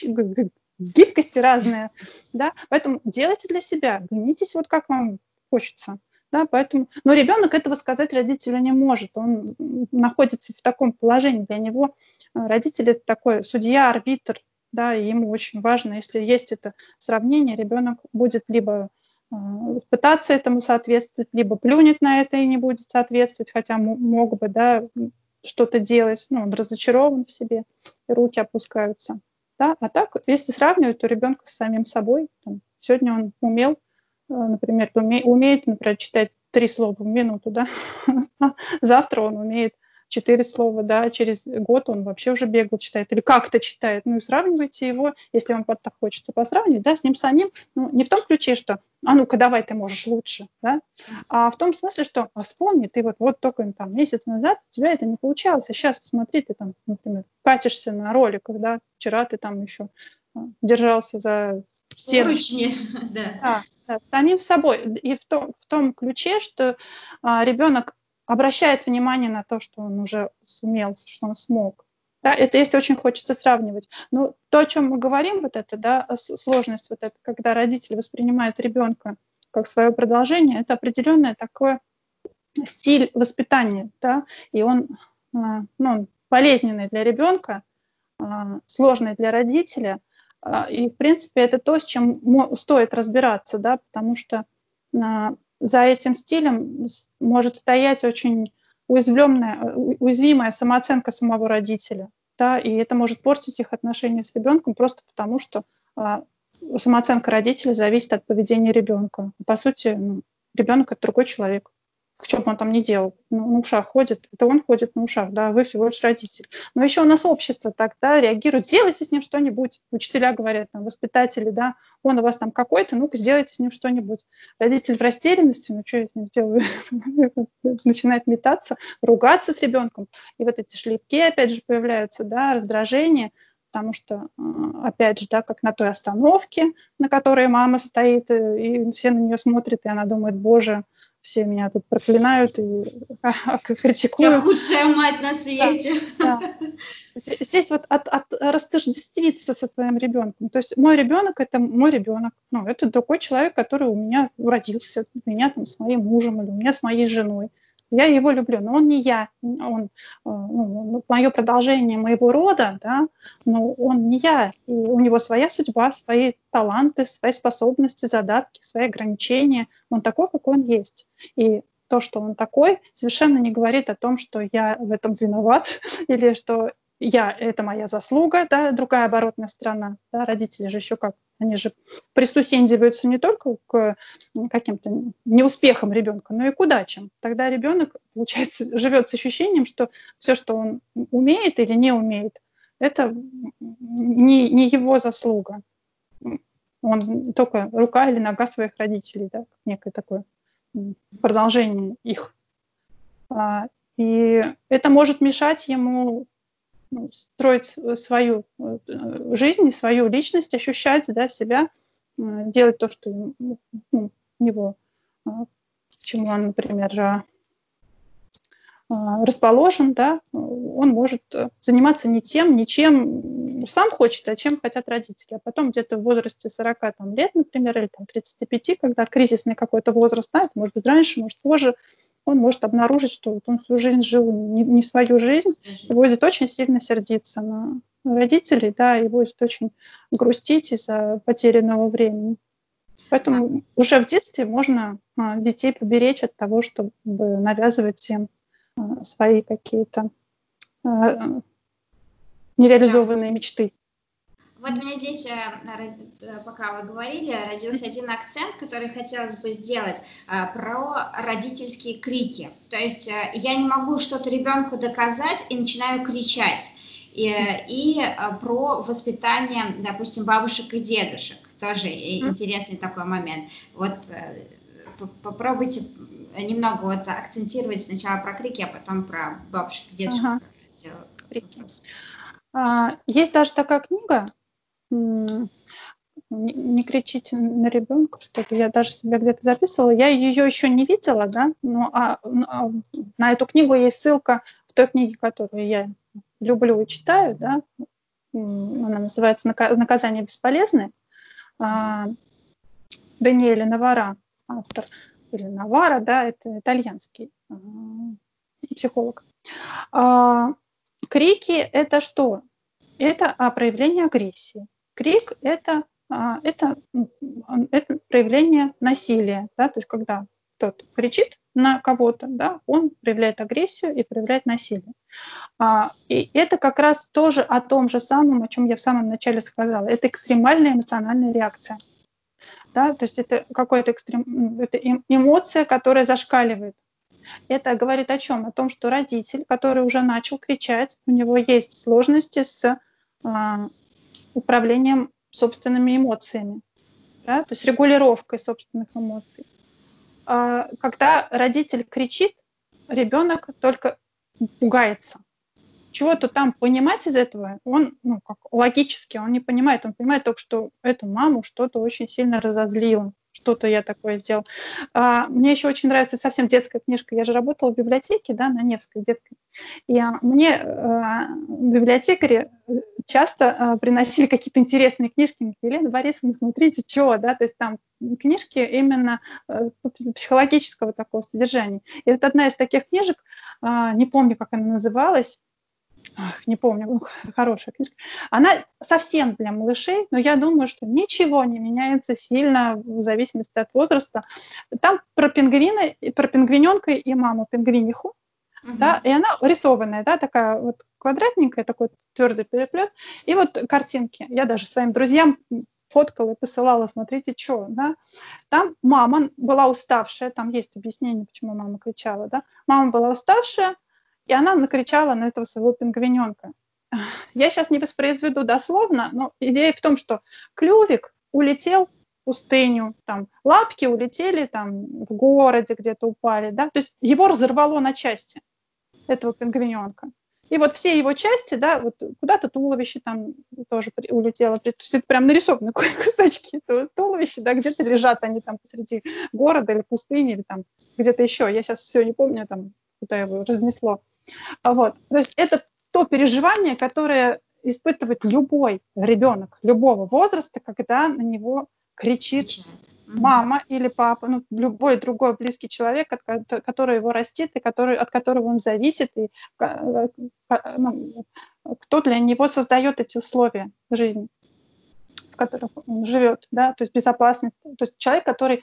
[SPEAKER 2] гибкости разная. Да? Поэтому делайте для себя, гнитесь вот как вам хочется. Да, поэтому... Но ребенок этого сказать родителю не может. Он находится в таком положении. Для него родитель – это такой судья, арбитр, да, и ему очень важно, если есть это сравнение, ребенок будет либо пытаться этому соответствовать, либо плюнет на это и не будет соответствовать, хотя мог бы, да, что-то делать, ну, он разочарован в себе, и руки опускаются. Да? А так, если сравнивать, то ребенка с самим собой, там, сегодня он умел, например, умеет, например, читать 3 слова в минуту, да? Завтра он умеет 4 слова, да, через год он вообще уже бегло читает или как-то читает. Ну и сравнивайте его, если вам так хочется посравнивать, да, с ним самим, ну, не в том ключе, что а ну-ка давай, ты можешь лучше, да, а в том смысле, что вспомни, ты вот только там месяц назад у тебя это не получалось, а сейчас посмотри, ты там, например, катишься на роликах, да, вчера ты там еще держался за стену.
[SPEAKER 1] Поручни, да.
[SPEAKER 2] Да, самим собой. И в том ключе, что ребенок обращает внимание на то, что он уже сумел, что он смог. Да, это если очень хочется сравнивать. Но то, о чем мы говорим, вот это, да, сложность, вот это, когда родители воспринимают ребенка как свое продолжение, это определенный такой стиль воспитания, да, и он, ну, болезненный для ребенка, сложный для родителя. И, в принципе, это то, с чем стоит разбираться, да, потому что за этим стилем может стоять очень уязвимая самооценка самого родителя. Да, и это может портить их отношения с ребенком просто потому, что самооценка родителя зависит от поведения ребенка. По сути, ребенок – это другой человек. Что бы он там ни делал, на ушах ходит, это он ходит на ушах, да, вы всего лишь родитель. Но еще у нас общество тогда реагирует, сделайте с ним что-нибудь. Учителя говорят, там, воспитатели, да, он у вас там какой-то, ну-ка сделайте с ним что-нибудь. Родитель в растерянности, ну что я с ним делаю, начинает метаться, ругаться с ребенком. И вот эти шлепки опять же появляются, да, раздражение, потому что, опять же, да, как на той остановке, на которой мама стоит, и все на нее смотрят, и она думает, боже, все меня тут проклинают и критикуют.
[SPEAKER 1] Я худшая мать на свете.
[SPEAKER 2] Да, да. Здесь вот растождествиться со своим ребенком. То есть мой ребенок – это мой ребенок. Ну, это такой человек, который у меня родился, у меня там с моим мужем или у меня с моей женой. Я его люблю, но он не я. Он мое продолжение моего рода, да, но он не я. И у него своя судьба, свои таланты, свои способности, задатки, свои ограничения. Он такой, какой он есть. И то, что он такой, совершенно не говорит о том, что я в этом виноват или что это моя заслуга, да, другая оборотная сторона. Да, родители же еще как, они же присусендиваются не только к каким-то неуспехам ребенка, но и к удачам. Тогда ребенок, получается, живет с ощущением, что все, что он умеет или не умеет, это не его заслуга. Он только рука или нога своих родителей, да, как некое такое продолжение их. И это может мешать ему строить свою жизнь и свою личность, ощущать, да, себя, делать то, что у него, к чему он, например, расположен, да, он может заниматься не тем, не чем сам хочет, а чем хотят родители. А потом где-то в возрасте 40 лет, например, или там, 35, когда кризисный какой-то возраст, да, это может быть раньше, может позже, он может обнаружить, что вот он всю жизнь жил не свою жизнь и будет очень сильно сердиться на родителей, да, и будет очень грустить из-за потерянного времени. Поэтому уже в детстве можно детей поберечь от того, чтобы навязывать им свои какие-то нереализованные мечты.
[SPEAKER 1] Вот у меня здесь, пока вы говорили, родился один акцент, который хотелось бы сделать про родительские крики. То есть я не могу что-то ребенку доказать и начинаю кричать. И про воспитание, допустим, бабушек и дедушек. Тоже интересный такой момент. Вот попробуйте немного вот акцентировать сначала про крики, а потом про бабушек и дедушек.
[SPEAKER 2] Есть даже такая книга «Не кричите на ребенка», что-то я даже себя где-то записывала. Я ее еще не видела, да, но на эту книгу есть ссылка в той книге, которую я люблю и читаю, да. Она называется «Наказание бесполезное». Даниэле Навара, автор, или Навара, да, это итальянский психолог. Крики – это что? Это проявление агрессии. Крик – это проявление насилия. Да? То есть когда кто-то кричит на кого-то, да, он проявляет агрессию и проявляет насилие. И это как раз тоже о том же самом, о чем я в самом начале сказала. Это экстремальная эмоциональная реакция. Да? То есть это какая-то это эмоция, которая зашкаливает. Это говорит о чем? О том, что родитель, который уже начал кричать, у него есть сложности с управлением собственными эмоциями, да? То есть регулировкой собственных эмоций. Когда родитель кричит, ребенок только пугается. Чего-то там понимать из этого, он, как логически, он не понимает. Он понимает только, что эту маму что-то очень сильно разозлило, что-то я такое сделал. Мне еще очень нравится совсем детская книжка. Я же работала в библиотеке, да, на Невской детской. И мне библиотекари часто приносили какие-то интересные книжки. Елена Борисовна, смотрите, что, да, то есть там книжки именно психологического такого содержания. И вот одна из таких книжек, не помню, как она называлась, не помню, хорошая книжка. Она совсем для малышей, но я думаю, что ничего не меняется сильно в зависимости от возраста. Там про пингвина, про пингвиненка и маму пингвиниху, да, и она рисованная, да, такая вот квадратненькая, такой твердый переплет, и вот картинки. Я даже своим друзьям фоткала и посылала, смотрите, что, да. Там мама была уставшая, там есть объяснение, почему мама кричала, да. Мама была уставшая, и она накричала на этого своего пингвиненка. Я сейчас не воспроизведу дословно, но идея в том, что клювик улетел в пустыню, там, лапки улетели там, в городе, где-то упали, да, то есть его разорвало на части, этого пингвиненка. И вот все его части, да, вот куда-то туловище там тоже улетело. То есть это прям нарисованы кусочки этого туловища, да, где-то лежат они там посреди города или пустыни, или там где-то еще. Я сейчас все не помню, там, куда его разнесло. Вот. То есть это то переживание, которое испытывает любой ребенок любого возраста, когда на него кричит мама или папа, любой другой близкий человек, который его растит, и от которого он зависит, и кто для него создает эти условия жизни, в которых он живет, да, то есть безопасность. То есть человек, который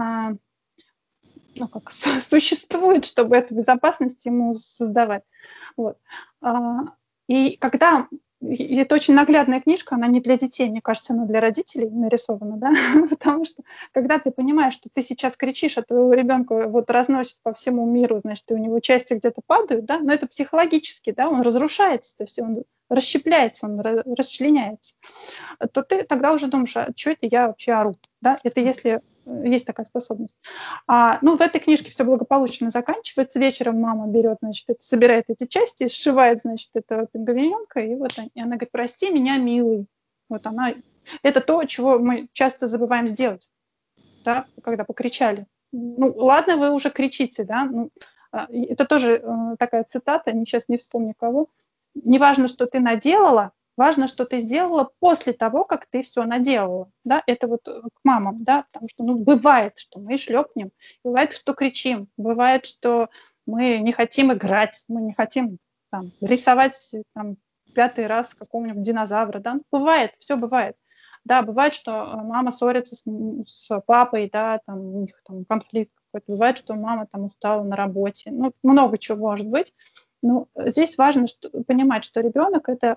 [SPEAKER 2] существует, чтобы эту безопасность ему создавать. Вот. И когда... И это очень наглядная книжка, она не для детей, мне кажется, она для родителей нарисована, да, потому что когда ты понимаешь, что ты сейчас кричишь, а твоего ребенка вот разносит по всему миру, значит, и у него части где-то падают, да, но это психологически, да, он разрушается, то есть он расщепляется, он расчленяется, то ты тогда уже думаешь, а что это я вообще ору, да, это если есть такая способность. В этой книжке все благополучно заканчивается. Вечером мама берет, значит, собирает эти части, сшивает, значит, этого пингвиненка, и вот и она говорит, прости меня, милый. Вот она... Это то, чего мы часто забываем сделать, да, когда покричали. Ладно, вы уже кричите, да, это тоже такая цитата, сейчас не вспомню кого. Неважно, что ты наделала, важно, что ты сделала после того, как ты все наделала. Да? Это вот к мамам, да, потому что бывает, что мы шлепнем, бывает, что кричим, бывает, что мы не хотим играть, мы не хотим там, рисовать там, 5-й раз какого-нибудь динозавра, да, бывает, все бывает. Да, бывает, что мама ссорится с папой, да, там у них там конфликт какой-то, бывает, что мама там устала на работе, ну, много чего может быть. Но здесь важно понимать, что ребенок это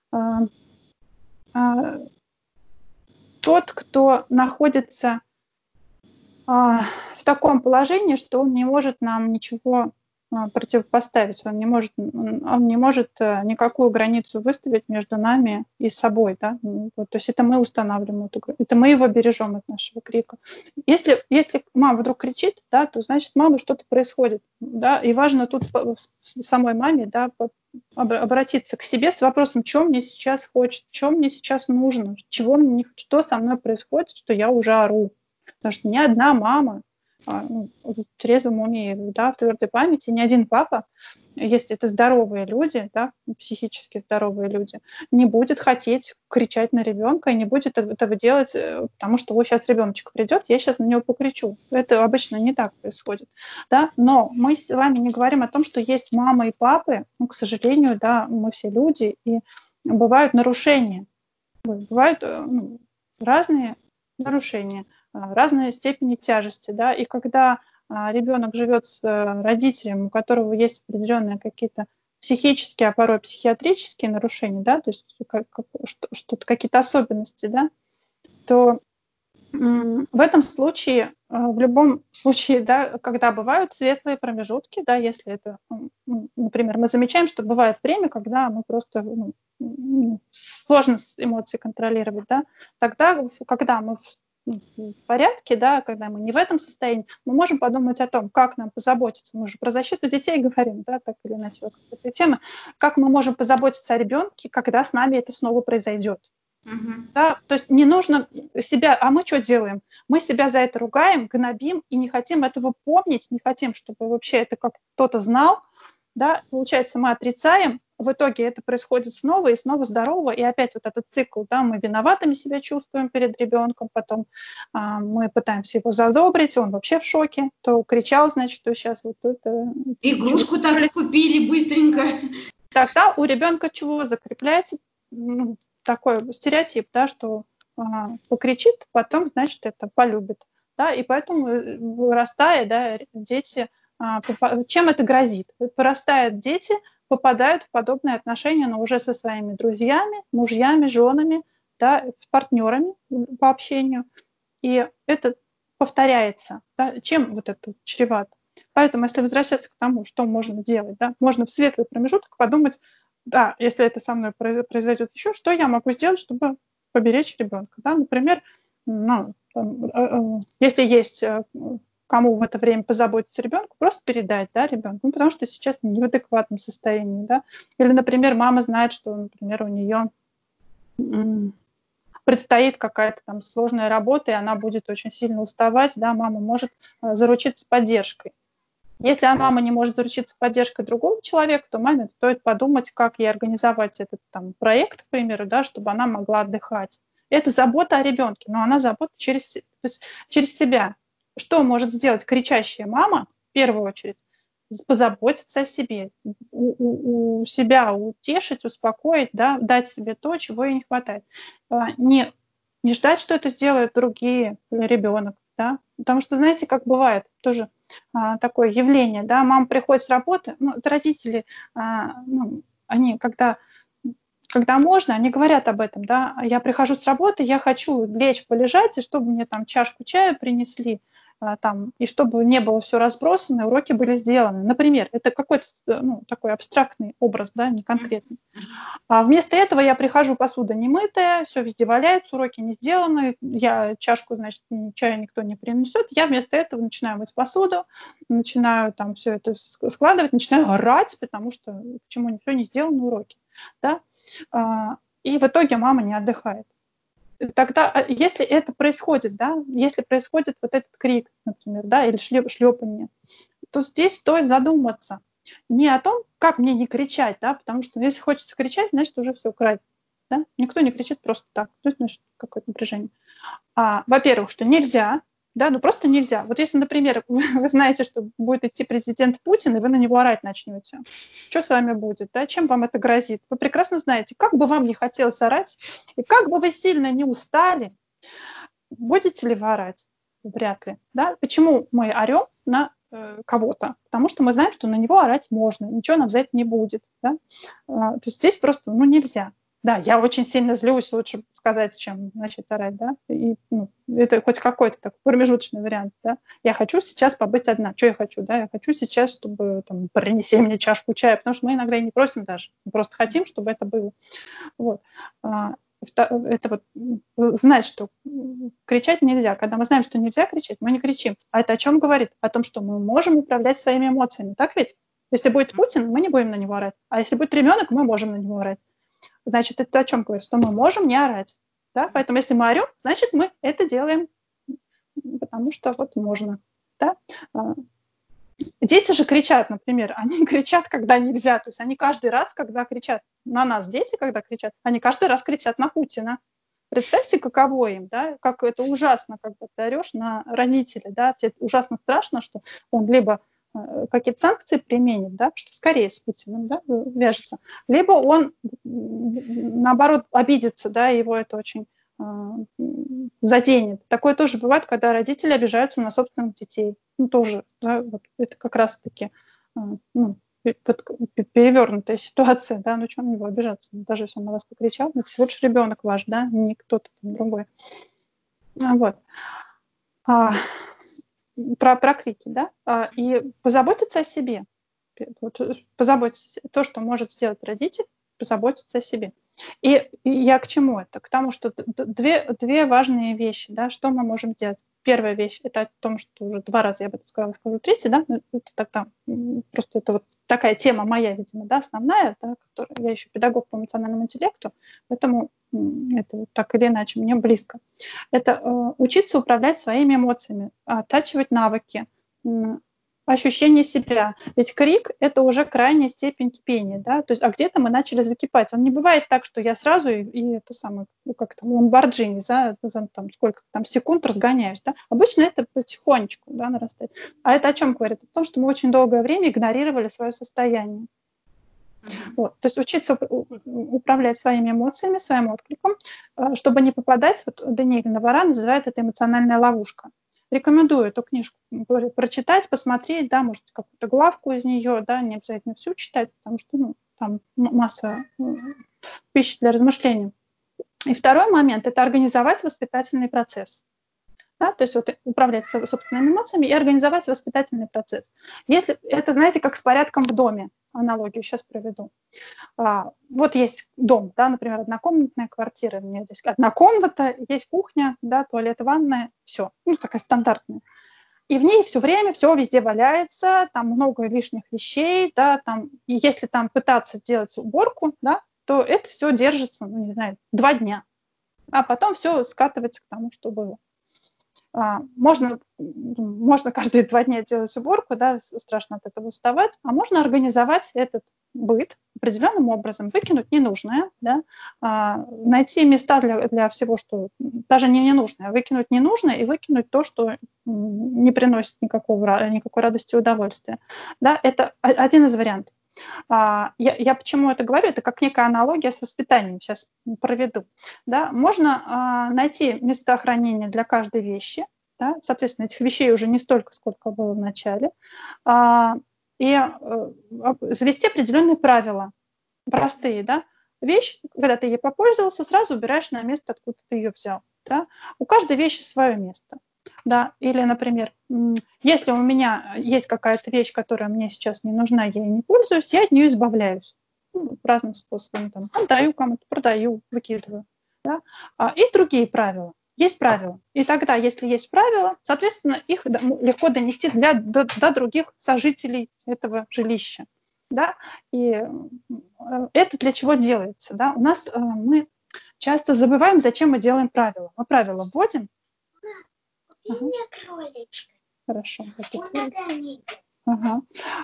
[SPEAKER 2] тот, кто находится в таком положении, что он не может нам ничего противопоставить, он не может никакую границу выставить между нами и собой, да? Вот, то есть это мы устанавливаем это мы его бережем от нашего крика. Если мама вдруг кричит, да, то значит мама что-то происходит, да, и важно тут самой маме, да, обратиться к себе с вопросом, что мне сейчас хочется, что мне сейчас нужно, что со мной происходит, что я уже ору. Потому что ни одна мама в трезвом уме, да, в твердой памяти, ни один папа, если это здоровые люди, да, психически здоровые люди, не будет хотеть кричать на ребенка и не будет этого делать, потому что вот сейчас ребеночек придет, я сейчас на него покричу. Это обычно не так происходит. Да? Но мы с вами не говорим о том, что есть мама и папы, к сожалению, да, мы все люди, и бывают нарушения, бывают разные нарушения, разной степени тяжести, да, и когда ребенок живет с родителем, у которого есть определенные какие-то психические, а порой психиатрические нарушения, да, то есть что-то, какие-то особенности, да, то в этом случае, в любом случае, да, когда бывают светлые промежутки, да, если это, например, мы замечаем, что бывает время, когда мы просто сложно эмоции контролировать, да, тогда, когда мы в порядке, да, когда мы не в этом состоянии, мы можем подумать о том, как нам позаботиться. Мы же про защиту детей говорим, да, так или иначе, вокруг этой темы. Как мы можем позаботиться о ребенке, когда с нами это снова произойдет. Да, то есть не нужно себя, а мы что делаем? Мы себя за это ругаем, гнобим и не хотим этого помнить, не хотим, чтобы вообще это как кто-то знал, да, получается, мы отрицаем, в итоге это происходит снова и снова здорово, и опять вот этот цикл, да, мы виноватыми себя чувствуем перед ребенком, потом мы пытаемся его задобрить, он вообще в шоке, то кричал, значит, что сейчас вот это...
[SPEAKER 1] Игрушку так купили быстренько.
[SPEAKER 2] Тогда у ребенка чего закрепляется такой стереотип, да, что покричит, потом, значит, это полюбит. Да, и поэтому, вырастая, да, дети, чем это грозит? Вырастают дети, попадают в подобные отношения, но уже со своими друзьями, мужьями, женами, да, партнерами по общению. И это повторяется. Да, чем вот это чревато? Поэтому, если возвращаться к тому, что можно делать, да, можно в светлый промежуток подумать, да, если это со мной произойдет еще, что я могу сделать, чтобы поберечь ребенка. Да? Например, если есть кому в это время позаботиться ребенку, просто передать, да, ребенку, потому что сейчас не в адекватном состоянии. Да? Или, например, мама знает, что, например, у нее предстоит какая-то там сложная работа, и она будет очень сильно уставать, да, мама может заручиться поддержкой. Если мама не может заручиться поддержкой другого человека, то маме стоит подумать, как ей организовать этот там проект, к примеру, да, чтобы она могла отдыхать. Это забота о ребенке, но она забота через себя. Что может сделать кричащая мама, в первую очередь? Позаботиться о себе, у себя утешить, успокоить, да, дать себе то, чего ей не хватает. Не ждать, что это сделают другие, ребенок, да, потому что, знаете, как бывает тоже такое явление, да, мама приходит с работы, родители, они когда можно, они говорят об этом, да, я прихожу с работы, я хочу лечь, полежать, и чтобы мне там чашку чая принесли, там, и чтобы не было все разбросано, уроки были сделаны. Например, это какой-то такой абстрактный образ, да, не конкретный. А вместо этого я прихожу, посуда не мытая, все везде валяется, уроки не сделаны, я чашку, значит, чая никто не принесет, я вместо этого начинаю мыть посуду, начинаю там все это складывать, начинаю орать, потому что почему все не сделано уроки, да, и в итоге мама не отдыхает. Тогда, если это происходит, да, если происходит вот этот крик, например, да, или шлепанье, то здесь стоит задуматься не о том, как мне не кричать, да, потому что если хочется кричать, значит, уже все, край. Да? Никто не кричит просто так, то есть, значит, какое-то напряжение. Во-первых, что нельзя, Да, ну просто нельзя. Вот если, например, вы знаете, что будет идти президент Путин, и вы на него орать начнете, что с вами будет, да, чем вам это грозит? Вы прекрасно знаете, как бы вам не хотелось орать, и как бы вы сильно не устали, будете ли вы орать? Вряд ли. Да? Почему мы орем на кого-то? Потому что мы знаем, что на него орать можно, ничего нам за это не будет. Да? То есть здесь просто нельзя. Да, я очень сильно злюсь, лучше сказать, чем начать орать. Да? И, это хоть какой-то такой промежуточный вариант. Да? Я хочу сейчас побыть одна. Что я хочу? Да? Я хочу сейчас, чтобы принеси мне чашку чая, потому что мы иногда и не просим даже. Мы просто хотим, чтобы это было. Вот. Это знать, что кричать нельзя. Когда мы знаем, что нельзя кричать, мы не кричим. А это о чем говорит? О том, что мы можем управлять своими эмоциями. Так ведь? Если будет Путин, мы не будем на него орать. А если будет ребенок, мы можем на него орать. Значит, это о чем говорит? Что мы можем не орать. Да? Поэтому если мы орем, значит, мы это делаем, потому что можно. Да? Дети же кричат, например, они кричат, когда нельзя. То есть они каждый раз, когда кричат на нас, дети, когда кричат, они каждый раз кричат на Путина. Представьте, каково им, да, как это ужасно, когда ты орешь на родителя, да, тебе ужасно страшно, что он либо какие-то санкции применит, да, что скорее с Путиным, да, вяжется, либо он, наоборот, обидится, да, его это очень заденет. Такое тоже бывает, когда родители обижаются на собственных детей. Тоже, да, вот это как раз-таки перевернутая ситуация, да, что на него обижаться? Даже если он на вас покричал, это всего лишь ребенок ваш, да, не кто-то там другой. Вот. Про крики, да, и позаботиться о себе. Позаботиться. То, что может сделать родитель, позаботиться о себе. И я к чему это? К тому, что две важные вещи, да, что мы можем делать. Первая вещь – это о том, что уже 2 раза я об этом сказала, скажу третий, да, но это тогда просто это вот такая тема моя, видимо, да, основная, да, которая, я еще педагог по эмоциональному интеллекту, поэтому это вот так или иначе мне близко. Это учиться управлять своими эмоциями, оттачивать навыки, ощущение себя. Ведь крик – это уже крайняя степень кипения, да, то есть, а где-то мы начали закипать. Он не бывает так, что я сразу и это самое, как там, ламборджини, да, там сколько там секунд разгоняюсь, да. Обычно это потихонечку, да, нарастает. А это о чем говорит? О том, что мы очень долгое время игнорировали свое состояние. Вот. То есть учиться управлять своими эмоциями, своим откликом, чтобы не попадать, вот Даниэль Навара называет это эмоциональная ловушка. Рекомендую эту книжку прочитать, посмотреть, да, может, какую-то главку из нее, да, не обязательно всю читать, потому что, там масса пищи для размышлений. И второй момент – это организовать воспитательный процесс. Да, то есть вот управлять собственными эмоциями и организовать воспитательный процесс. Если это, знаете, как с порядком в доме, аналогию сейчас приведу. Вот есть дом, да, например, однокомнатная квартира, у меня здесь одна комната, есть кухня, да, туалет, ванная, все, такая стандартная. И в ней все время, все везде валяется, там много лишних вещей, да, там, и если там пытаться делать уборку, да, то это все держится, 2 дня, а потом все скатывается к тому, что было. Можно каждые 2 дня делать уборку, да, страшно от этого уставать, а можно организовать этот быт определенным образом, выкинуть ненужное, да, найти места для всего, что даже не ненужное, выкинуть ненужное и выкинуть то, что не приносит никакой радости и удовольствия. Да, это один из вариантов. Я почему это говорю? Это как некая аналогия с воспитанием. Сейчас проведу. Да? Можно найти места хранения для каждой вещи. Да? Соответственно, этих вещей уже не столько, сколько было в начале. И завести определенные правила. Простые. Да? Вещь, когда ты ей попользовался, сразу убираешь на место, откуда ты ее взял. Да? У каждой вещи свое место. Да, или, например, если у меня есть какая-то вещь, которая мне сейчас не нужна, я ей не пользуюсь, я от нее избавляюсь. Разным способом. Там, отдаю кому-то, продаю, выкидываю. Да? И другие правила. Есть правила. И тогда, если есть правила, соответственно, их легко донести до других сожителей этого жилища. Да? И это для чего делается? Да? У нас мы часто забываем, зачем мы делаем правила. Мы правила вводим. Ага. Хорошо. Ага.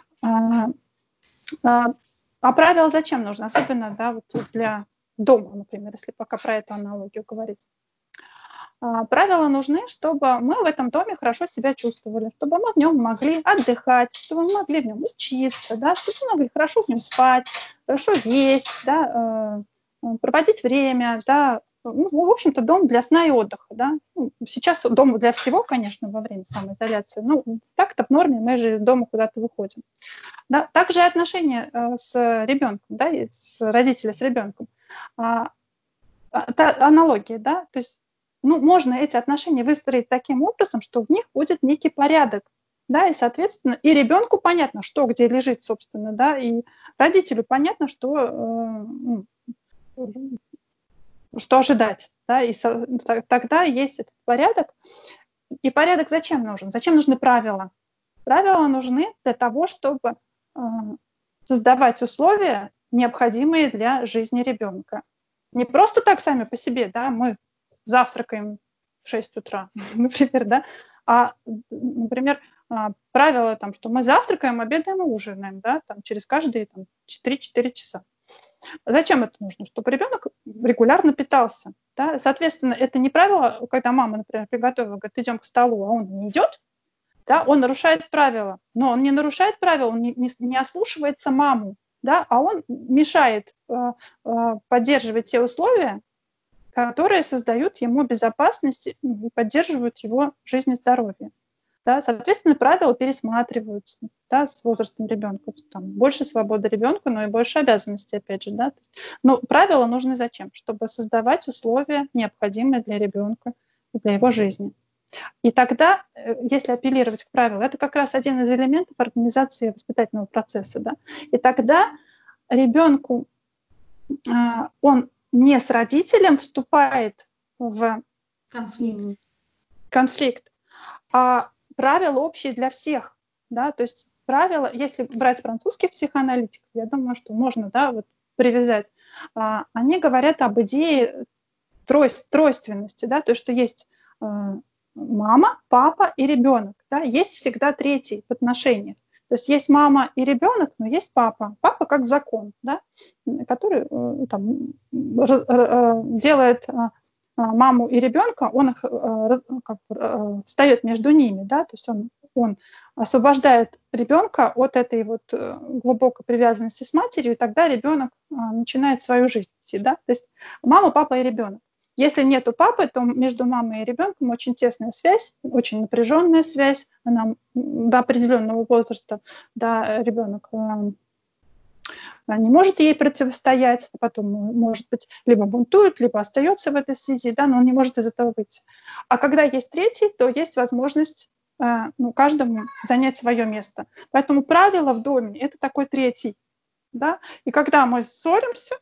[SPEAKER 2] А правила зачем нужно? Особенно, да, вот для дома, например, если пока про эту аналогию говорить. Правила нужны, чтобы мы в этом доме хорошо себя чувствовали, чтобы мы в нем могли отдыхать, чтобы мы могли в нем учиться, да, чтобы мы могли хорошо в нем спать, хорошо есть, да, проводить время, да. Ну, в общем-то, дом для сна и отдыха, да. Ну, сейчас дом для всего, конечно, во время самоизоляции. Ну, так-то в норме мы же из дома куда-то выходим. Да. Также и отношения с ребенком, да, и с родителями с ребенком. Это аналогия, да, то есть можно эти отношения выстроить таким образом, что в них будет некий порядок, да, и, соответственно, и ребенку понятно, что где лежит, собственно, да, и родителю понятно, что ожидать, да, и тогда есть этот порядок. И порядок зачем нужен? Зачем нужны правила? Правила нужны для того, чтобы создавать условия, необходимые для жизни ребенка. Не просто так сами по себе, да, мы завтракаем в 6 утра, например, да, например, правило, там, что мы завтракаем, обедаем и ужинаем, да, там, через каждые 3-4 часа. Зачем это нужно? Чтобы ребенок регулярно питался. Да? Соответственно, это не правило, когда мама, например, приготовила, говорит, идем к столу, а он не идет, да, он нарушает правила. Но он не нарушает правила, он не ослушивается маму, да, а он мешает поддерживать те условия, которые создают ему безопасность и поддерживают его жизнь и здоровье. Да, соответственно, правила пересматриваются, да, с возрастом ребенка. Там больше свободы ребенка, но и больше обязанностей, опять же. Да. Но правила нужны зачем? Чтобы создавать условия, необходимые для ребенка и для его жизни. И тогда, если апеллировать к правилам, это как раз один из элементов организации воспитательного процесса. Да. И тогда ребенку, он не с родителем вступает в конфликт, а правила общие для всех, да, то есть правила, если брать французских психоаналитиков, я думаю, что можно, да, вот привязать, они говорят об идее тройственности, да, то, что есть мама, папа и ребенок, да, есть всегда третий в отношениях, то есть есть мама и ребенок, но есть папа, папа как закон, да, который там, делает маму и ребенка, он их встает между ними, да, то есть он освобождает ребенка от этой вот глубокой привязанности с матерью, и тогда ребенок начинает свою жизнь идти, да, то есть мама, папа и ребенок. Если нету папы, то между мамой и ребенком очень тесная связь, очень напряженная связь, она до определенного возраста, да, ребенок не может ей противостоять, потом, может быть, либо бунтует, либо остается в этой связи, да, но он не может из этого выйти. А когда есть третий, то есть возможность каждому занять свое место. Поэтому правило в доме – это такой третий. Да? И когда мы ссоримся,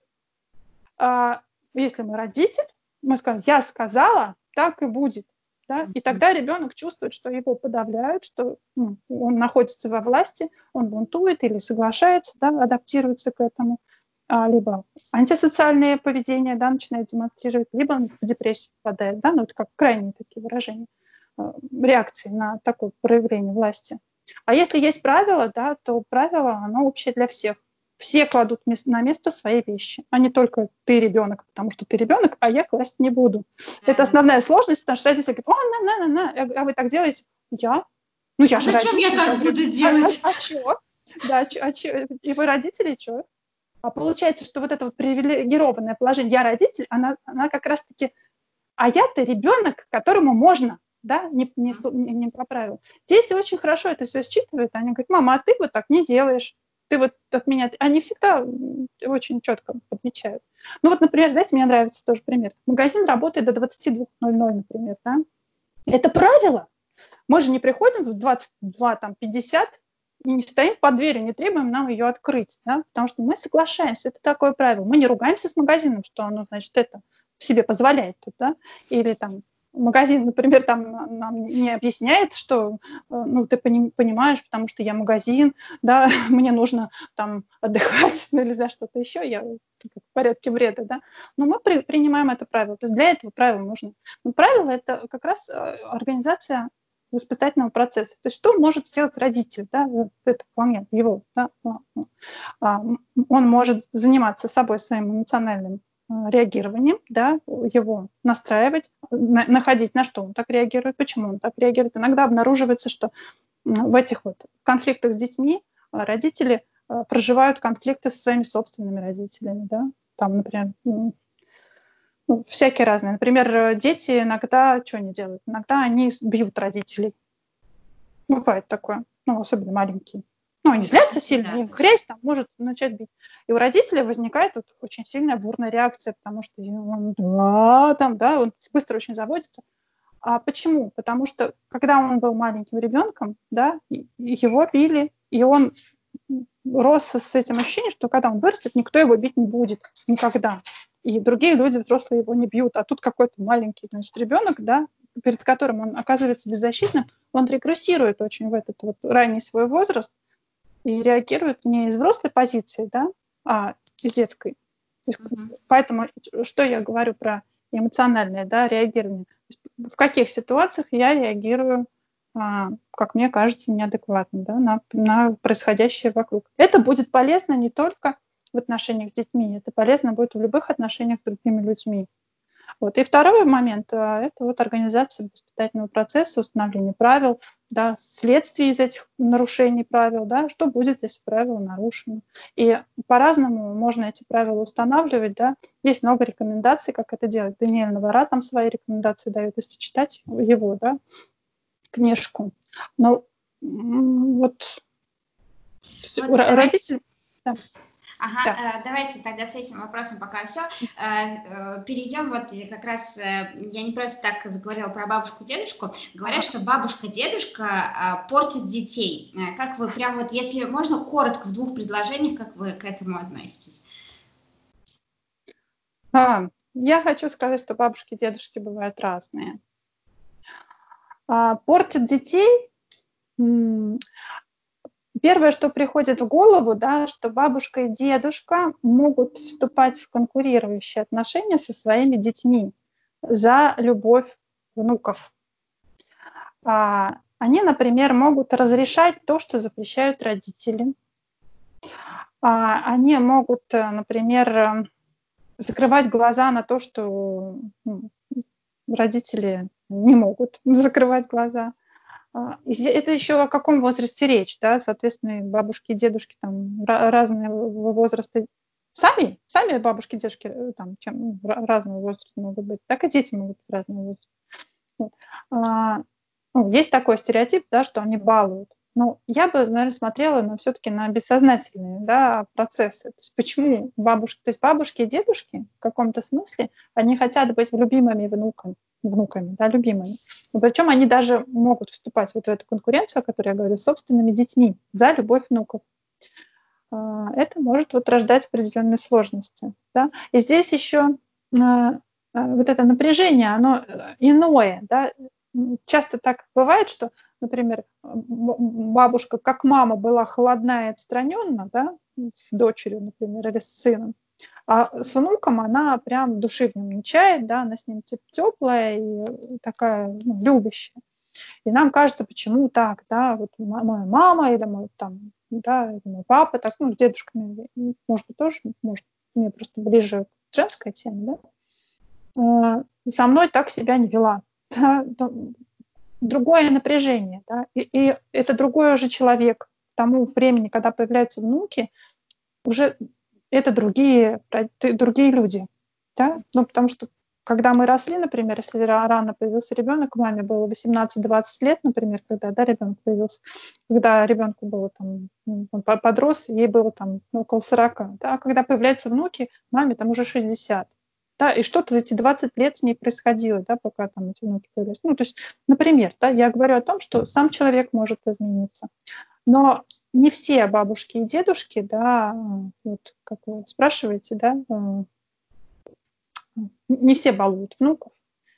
[SPEAKER 2] если мы родитель, мы скажем, я сказала, так и будет. Да? И тогда ребенок чувствует, что его подавляют, что он находится во власти, он бунтует или соглашается, да, адаптируется к этому, либо антисоциальное поведение, да, начинает демонстрировать, либо он в депрессию впадает. Да? Ну, это как крайние такие выражения реакции на такое проявление власти. А если есть правило, да, то правило, оно общее для всех. Все кладут на место свои вещи, а не только ты ребенок, потому что ты ребенок, а я класть не буду. Это основная сложность, потому что родители говорят, а вы так делаете? Я? Ну, я же
[SPEAKER 1] зачем
[SPEAKER 2] родитель.
[SPEAKER 1] Я так буду делать?
[SPEAKER 2] А что? Да, и вы родители, что? А получается, что вот это вот привилегированное положение «я родитель», она как раз-таки «а я-то ребенок, которому можно». Да, не по правилам. Дети очень хорошо это все считывают. Они говорят, мама, а ты вот так не делаешь. Ты вот от меня... Они всегда очень четко подмечают. Ну вот, например, знаете, мне нравится тоже пример. Магазин работает до 22:00, например, да. Это правило. Мы же не приходим в 22:50 и не стоим под дверью, не требуем нам ее открыть, да, потому что мы соглашаемся, это такое правило. Мы не ругаемся с магазином, что оно, значит, это себе позволяет тут, да, или там магазин, например, там нам не объясняет, что, ты понимаешь, потому что я магазин, да, мне нужно там отдыхать, или за что-то еще, я в порядке вреда, да, но мы принимаем это правило, то есть для этого правило нужно. Но правило – это как раз организация воспитательного процесса. То есть что может сделать родитель, да, в этот момент его, да, он может заниматься собой, своим эмоциональным реагированием, да, его настраивать, находить, на что он так реагирует, почему он так реагирует. Иногда обнаруживается, что в этих вот конфликтах с детьми родители проживают конфликты со своими собственными родителями, да, там, например, всякие разные. Например, дети иногда что они делают? Иногда они бьют родителей. Бывает такое, особенно маленькие. Они злятся сильно, и грязь там может начать бить. И у родителей возникает вот очень сильная бурная реакция, потому что он быстро очень заводится. А почему? Потому что когда он был маленьким ребенком, да, его били, и он рос с этим ощущением, что когда он вырастет, никто его бить не будет никогда. И другие люди, взрослые, его не бьют. А тут какой-то маленький, ребенок, да, перед которым он оказывается беззащитным, он регрессирует очень в этот вот ранний свой возраст и реагирует не из взрослой позиции, да, а из детской. Поэтому что я говорю про эмоциональное, да, реагирование? В каких ситуациях я реагирую, как мне кажется, неадекватно, да, на происходящее вокруг. Это будет полезно не только в отношениях с детьми, это полезно будет в любых отношениях с другими людьми. Вот. И второй момент – это вот организация воспитательного процесса, установление правил, да, следствий из этих нарушений правил, да, что будет, если правила нарушены. И по-разному можно эти правила устанавливать, да. Есть много рекомендаций, как это делать. Даниэль Навара там свои рекомендации дает, если читать его, да, книжку. Но вот родители... Да.
[SPEAKER 1] Ага, давайте тогда с этим вопросом пока все. Перейдем, вот как раз, я не просто так заговорила про бабушку-дедушку. Говорят, что бабушка-дедушка портит детей. Как вы прям вот, если можно, коротко в 2 предложениях, как вы к этому относитесь?
[SPEAKER 2] Я хочу сказать, что бабушки и дедушки бывают разные. Портят детей... Первое, что приходит в голову, да, что бабушка и дедушка могут вступать в конкурирующие отношения со своими детьми за любовь внуков. Они, например, могут разрешать то, что запрещают родители. Они могут, например, закрывать глаза на то, что родители не могут закрывать глаза. Это еще о каком возрасте речь, да, соответственно, бабушки и дедушки там разного возраста, сами бабушки и дедушки там разного возраста могут быть, так и дети могут быть разного возраста. Вот. Есть такой стереотип, да, что они балуют. Но я бы, наверное, смотрела все-таки на бессознательные, да, процессы. То есть почему бабушки и дедушки в каком-то смысле, они хотят быть любимыми внуками, да, любимыми. Но причем они даже могут вступать вот в эту конкуренцию, о которой я говорю, с собственными детьми за любовь внуков. Это может вот рождать определенные сложности. Да? И здесь еще вот это напряжение, оно иное. Да? Часто так бывает, что, например, бабушка, как мама, была холодна и отстраненна, да, с дочерью, например, или с сыном, а с внуком она прям души в нем не чает, да, она с ним теплая и такая любящая. И нам кажется, почему так, да, вот моя мама или мой там, да, или мой папа, так, с дедушками, может быть, тоже, может, мне просто ближе к женской теме, да, со мной так себя не вела. Да, другое напряжение, да, и это другой уже человек. К тому времени, когда появляются внуки, уже это другие люди, да, потому что когда мы росли, например, если рано появился ребенок, маме было 18-20 лет, например, когда, да, ребенок появился, когда ребенку было там, он подрос, ей было там около 40, да, а когда появляются внуки, маме там уже 60. Да, и что-то за эти 20 лет с ней происходило, да, пока там эти внуки появились. То есть, например, да, я говорю о том, что сам человек может измениться. Но не все бабушки и дедушки, да, вот как вы спрашиваете, да, не все балуют внуков.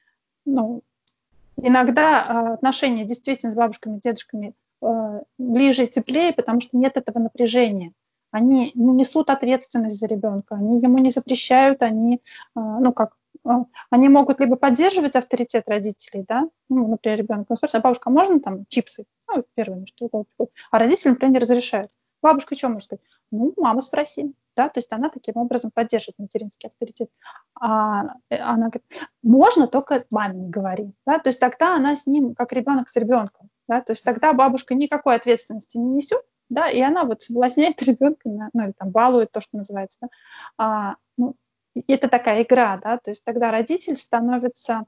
[SPEAKER 2] Иногда отношения действительно с бабушками и дедушками ближе и теплее, потому что нет этого напряжения. Они не несут ответственность за ребенка, они ему не запрещают, они могут либо поддерживать авторитет родителей, да, например, ребенок спрашивает, бабушка, можно там чипсы? Первое, что а родители, например, не разрешают. бабушка что может сказать? Ну, мама спроси. Да, то есть она таким образом поддерживает материнский авторитет. А она говорит, можно, только маме не говори. Да, то есть тогда она с ним как ребенок с ребенком. Да, то есть тогда бабушка никакой ответственности не несет, да, и она вот соблазняет ребенка, ну, или там балует, то, что называется, да. Ну, это такая игра, да, то есть тогда родитель становится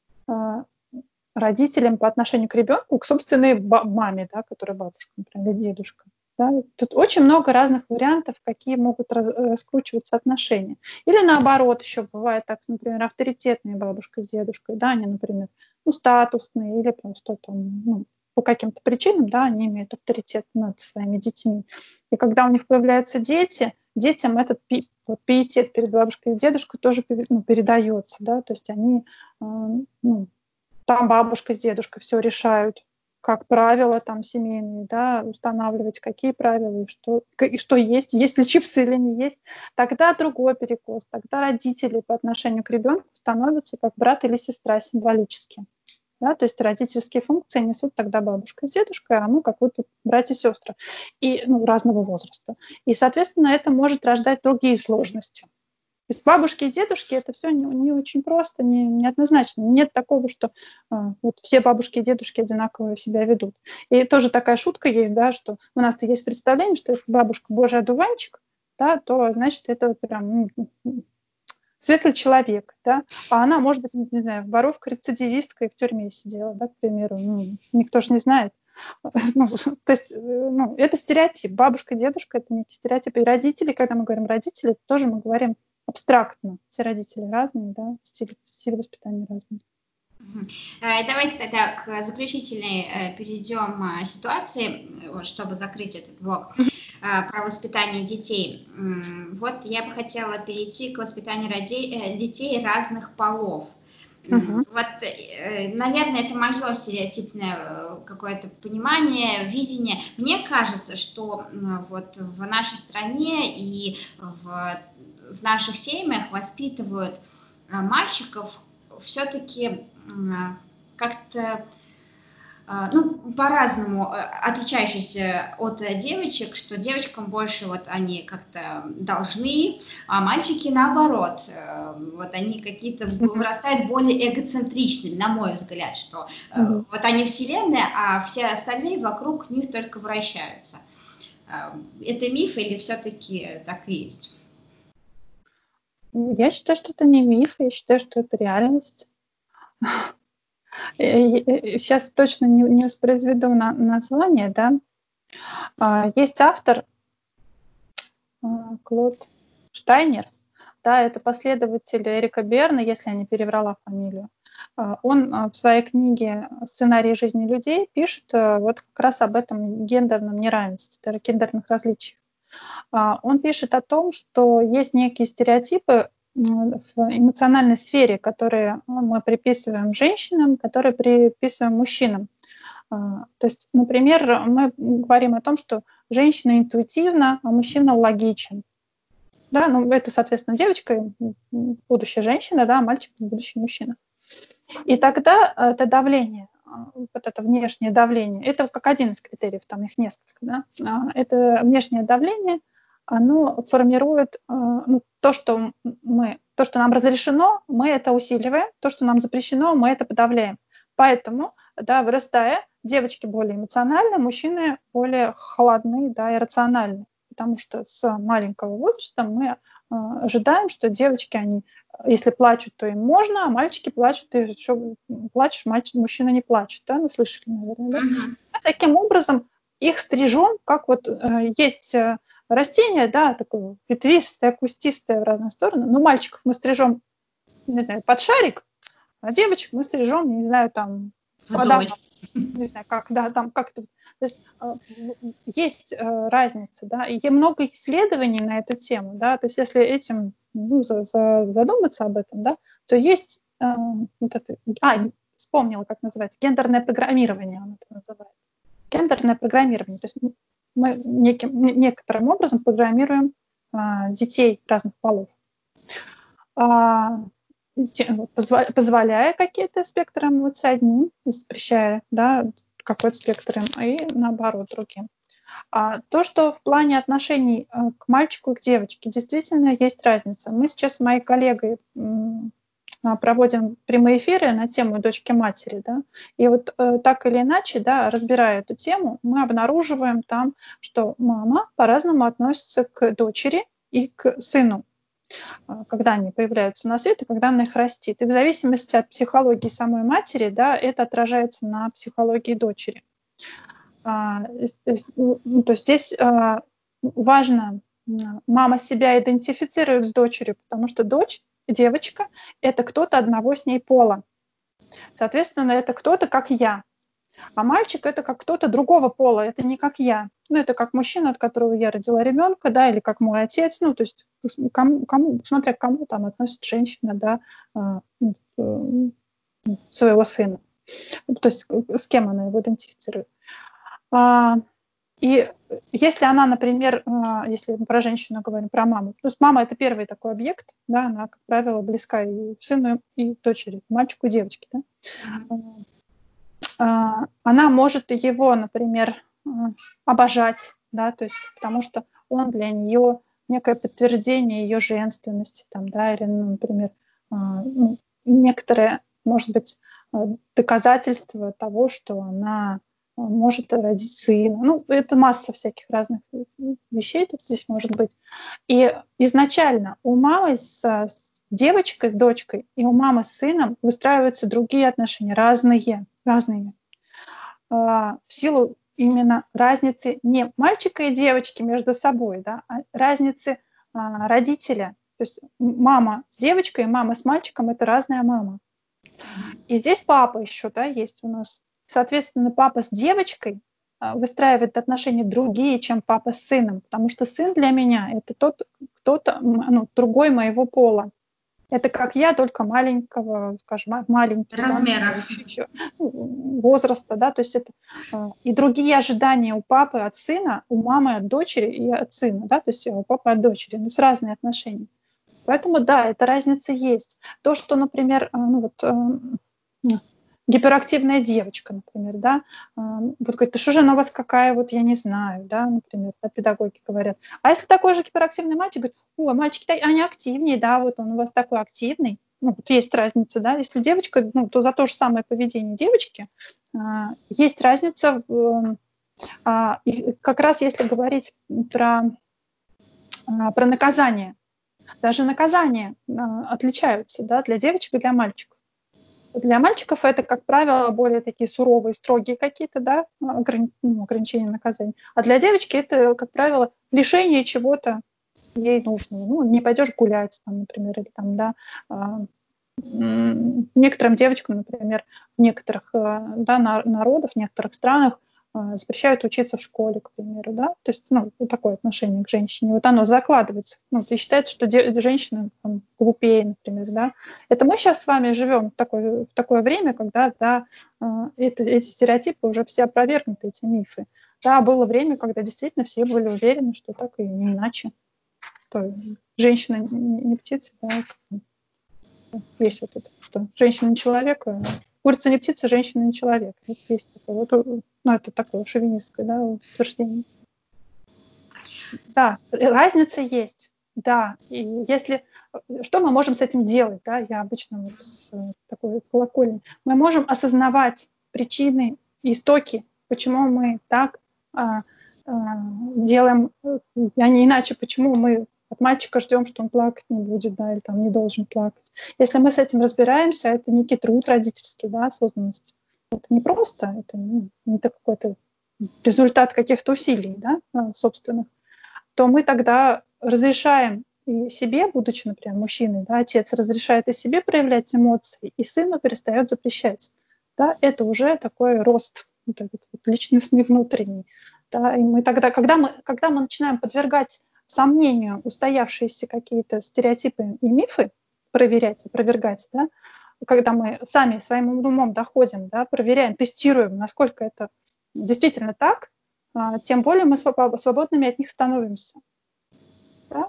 [SPEAKER 2] родителям по отношению к ребенку, к собственной маме, да, которая бабушка, например, или дедушка. Да. Тут очень много разных вариантов, какие могут раскручиваться отношения. Или наоборот, еще бывает так, например, авторитетные бабушка с дедушкой, да, они, например, ну, статусные или просто там, ну, по каким-то причинам, да, они имеют авторитет над своими детьми. И когда у них появляются дети, детям этот пиетет перед бабушкой и дедушкой тоже передается, да, то есть они, ну, там бабушка с дедушкой все решают, как правила там семейные, да, устанавливать, какие правила и что есть ли чипсы или не есть. Тогда другой перекос, тогда родители по отношению к ребенку становятся как брат или сестра символически. Да, то есть родительские функции несут тогда бабушка с дедушкой, а мы как вот братья и сестры, и, ну, разного возраста. И, соответственно, это может рождать другие сложности. То есть бабушки и дедушки это все не очень просто, не однозначно. Нет такого, что вот все бабушки и дедушки одинаково себя ведут. И тоже такая шутка есть, да, что у нас-то есть представление, что если бабушка божий одуванчик, да, то значит это вот прям светлый человек, да, а она, может быть, не знаю, воровка, рецидивистка и в тюрьме сидела, да, к примеру, никто же не знает. Ну, то есть, ну, это стереотип. Бабушка, дедушка – это некий стереотип. И родители, когда мы говорим родители, тоже мы говорим абстрактно. Все родители разные, да, стиль воспитания разный.
[SPEAKER 1] Давайте тогда к заключительной перейдем ситуации, чтобы закрыть этот блок про воспитание детей. Вот я бы хотела перейти к воспитанию детей разных полов. Вот, наверное, это мое стереотипное какое-то понимание, видение. Мне кажется, что вот в нашей стране и в наших семьях воспитывают мальчиков все-таки как-то, ну, по-разному отличающиеся от девочек, что девочкам больше вот они как-то должны, а мальчики наоборот, вот они какие-то вырастают более эгоцентричными, на мой взгляд, что вот они вселенная, а все остальные вокруг них только вращаются. Это миф или все-таки так и есть?
[SPEAKER 2] Я считаю, что это не миф, я считаю, что это реальность. Сейчас точно не воспроизведу название, да. Есть автор Клод Штайнер, да, это последователь Эрика Берна, если я не переврала фамилию. Он в своей книге «Сценарий жизни людей» пишет вот как раз об этом гендерном неравенстве, гендерных различиях. Он пишет о том, что есть некие стереотипы в эмоциональной сфере, которые мы приписываем женщинам, которые приписываем мужчинам. То есть, например, мы говорим о том, что женщина интуитивна, а мужчина логичен. Да, ну это, соответственно, девочка, будущая женщина, да, а мальчик, будущий мужчина. И тогда это давление, вот это внешнее давление, это как один из критериев, там их несколько, да, это внешнее давление, оно формирует то, что нам разрешено, мы это усиливаем, то, что нам запрещено, мы это подавляем. Поэтому, да, вырастая, девочки более эмоциональны, мужчины более холодные, да, и рациональны. Потому что с маленького возраста мы ожидаем, что девочки, они, если плачут, то им можно, а мальчики плачут, и что плачешь, мужчина не плачет, да, ну, слышали, наверное, да? Таким образом, их стрижем, как вот есть растение, да, такое ветвистое, кустистое в разные стороны, но мальчиков мы стрижем, не знаю, под шарик, а девочек мы стрижем, не знаю, там,
[SPEAKER 1] вдоль.
[SPEAKER 2] Не знаю, как, да, там как-то. То есть есть разница, да, и много исследований на эту тему, да, то есть если этим задуматься об этом, да, то есть вот это, вспомнила, как называется, гендерное программирование, оно это называется. Гендерное программирование, то есть мы некоторым образом программируем детей разных полов. Позволяя какие-то спектры эмоций одним, запрещая, да, какой-то спектр, и наоборот другим. А то, что в плане отношений к мальчику и к девочке, действительно есть разница. Мы сейчас с моей коллегой проводим прямые эфиры на тему дочки-матери, да, и вот так или иначе, да, разбирая эту тему, мы обнаруживаем там, что мама по-разному относится к дочери и к сыну, когда они появляются на свет и когда она их растит. И в зависимости от психологии самой матери, да, это отражается на психологии дочери. То есть здесь важно, мама себя идентифицирует с дочерью, потому что дочь, девочка, это кто-то одного с ней пола. Соответственно, это кто-то, как я. А мальчик – это как кто-то другого пола, это не как я. Ну, это как мужчина, от которого я родила ребенка, да, или как мой отец. Ну, то есть смотря к кому там относится женщина, да, своего сына. То есть с кем она его идентифицирует. И если она, например, если мы про женщину говорим, про маму, то есть мама – это первый такой объект, да, она, как правило, близка и сыну, и дочери, мальчику и девочке. Да. Она может его, например, обожать, да, то есть потому что он для нее некое подтверждение ее женственности, там, да, или, например, некоторое, может быть, доказательство того, что она может родить сына. Ну, это масса всяких разных вещей тут здесь может быть. И изначально у мамы с девочкой, с дочкой, и у мамы с сыном выстраиваются другие отношения, разные. В силу именно разницы не мальчика и девочки между собой, да, а разницы родителя. То есть мама с девочкой и мама с мальчиком – это разная мама. И здесь папа еще, да, есть у нас. Соответственно, папа с девочкой выстраивает отношения другие, чем папа с сыном, потому что сын для меня – это кто-то, другой моего пола. Это как я, только маленького, скажем, маленький
[SPEAKER 1] размера,
[SPEAKER 2] да, возраста, да, то есть это и другие ожидания у папы от сына, у мамы от дочери и от сына, да, то есть у папы от дочери, но с разные отношения. Поэтому, да, эта разница есть. То, что, например, гиперактивная девочка, например, да, вот говорит, да что же она у вас какая, вот я не знаю, да, например, да, педагоги говорят. А если такой же гиперактивный мальчик, говорит, о, мальчики, они активнее, да, вот он у вас такой активный, ну, вот есть разница, да, если девочка, ну, то за то же самое поведение девочки есть разница, и как раз если говорить про наказание, даже наказания отличаются, да, для девочек и для мальчиков. Для мальчиков это, как правило, более такие суровые, строгие какие-то, да, ограничения наказания. А для девочки это, как правило, лишение чего-то ей нужного. Ну, не пойдешь гулять, там, например, или там, да, некоторым девочкам, например, в некоторых народах, в некоторых странах запрещают учиться в школе, к примеру, да, то есть, ну, такое отношение к женщине, вот оно закладывается, ну, и считается, что женщина там, глупее, например, да. Это мы сейчас с вами живем в такое время, когда, да, эти стереотипы уже все опровергнуты, эти мифы. Да, было время, когда действительно все были уверены, что так и не иначе. То женщина не птица, да, есть вот это, что женщина не человек, курица не птица, женщина не человек. Вот есть такое, вот, ну, это такое шовинистское, да, утверждение. Да, разница есть, да. И если, что мы можем с этим делать, да, я обычно вот с такой колокольни, мы можем осознавать причины, истоки, почему мы так делаем, а не иначе, почему мы от мальчика ждем, что он плакать не будет, да, или там не должен плакать. Если мы с этим разбираемся, это некий труд родительский, да, осознанность. Это не просто, это не какой-то результат каких-то усилий, да, собственных, то мы тогда разрешаем и себе, будучи, например, мужчиной, да, отец разрешает и себе проявлять эмоции, и сыну перестает запрещать. Да, это уже такой рост вот этот вот личностный внутренний. Да, и мы тогда, когда мы начинаем подвергать сомнению устоявшиеся какие-то стереотипы и мифы, проверять, опровергать, да, когда мы сами своим умом доходим, да, проверяем, тестируем, насколько это действительно так, тем более мы свободными от них становимся. Да?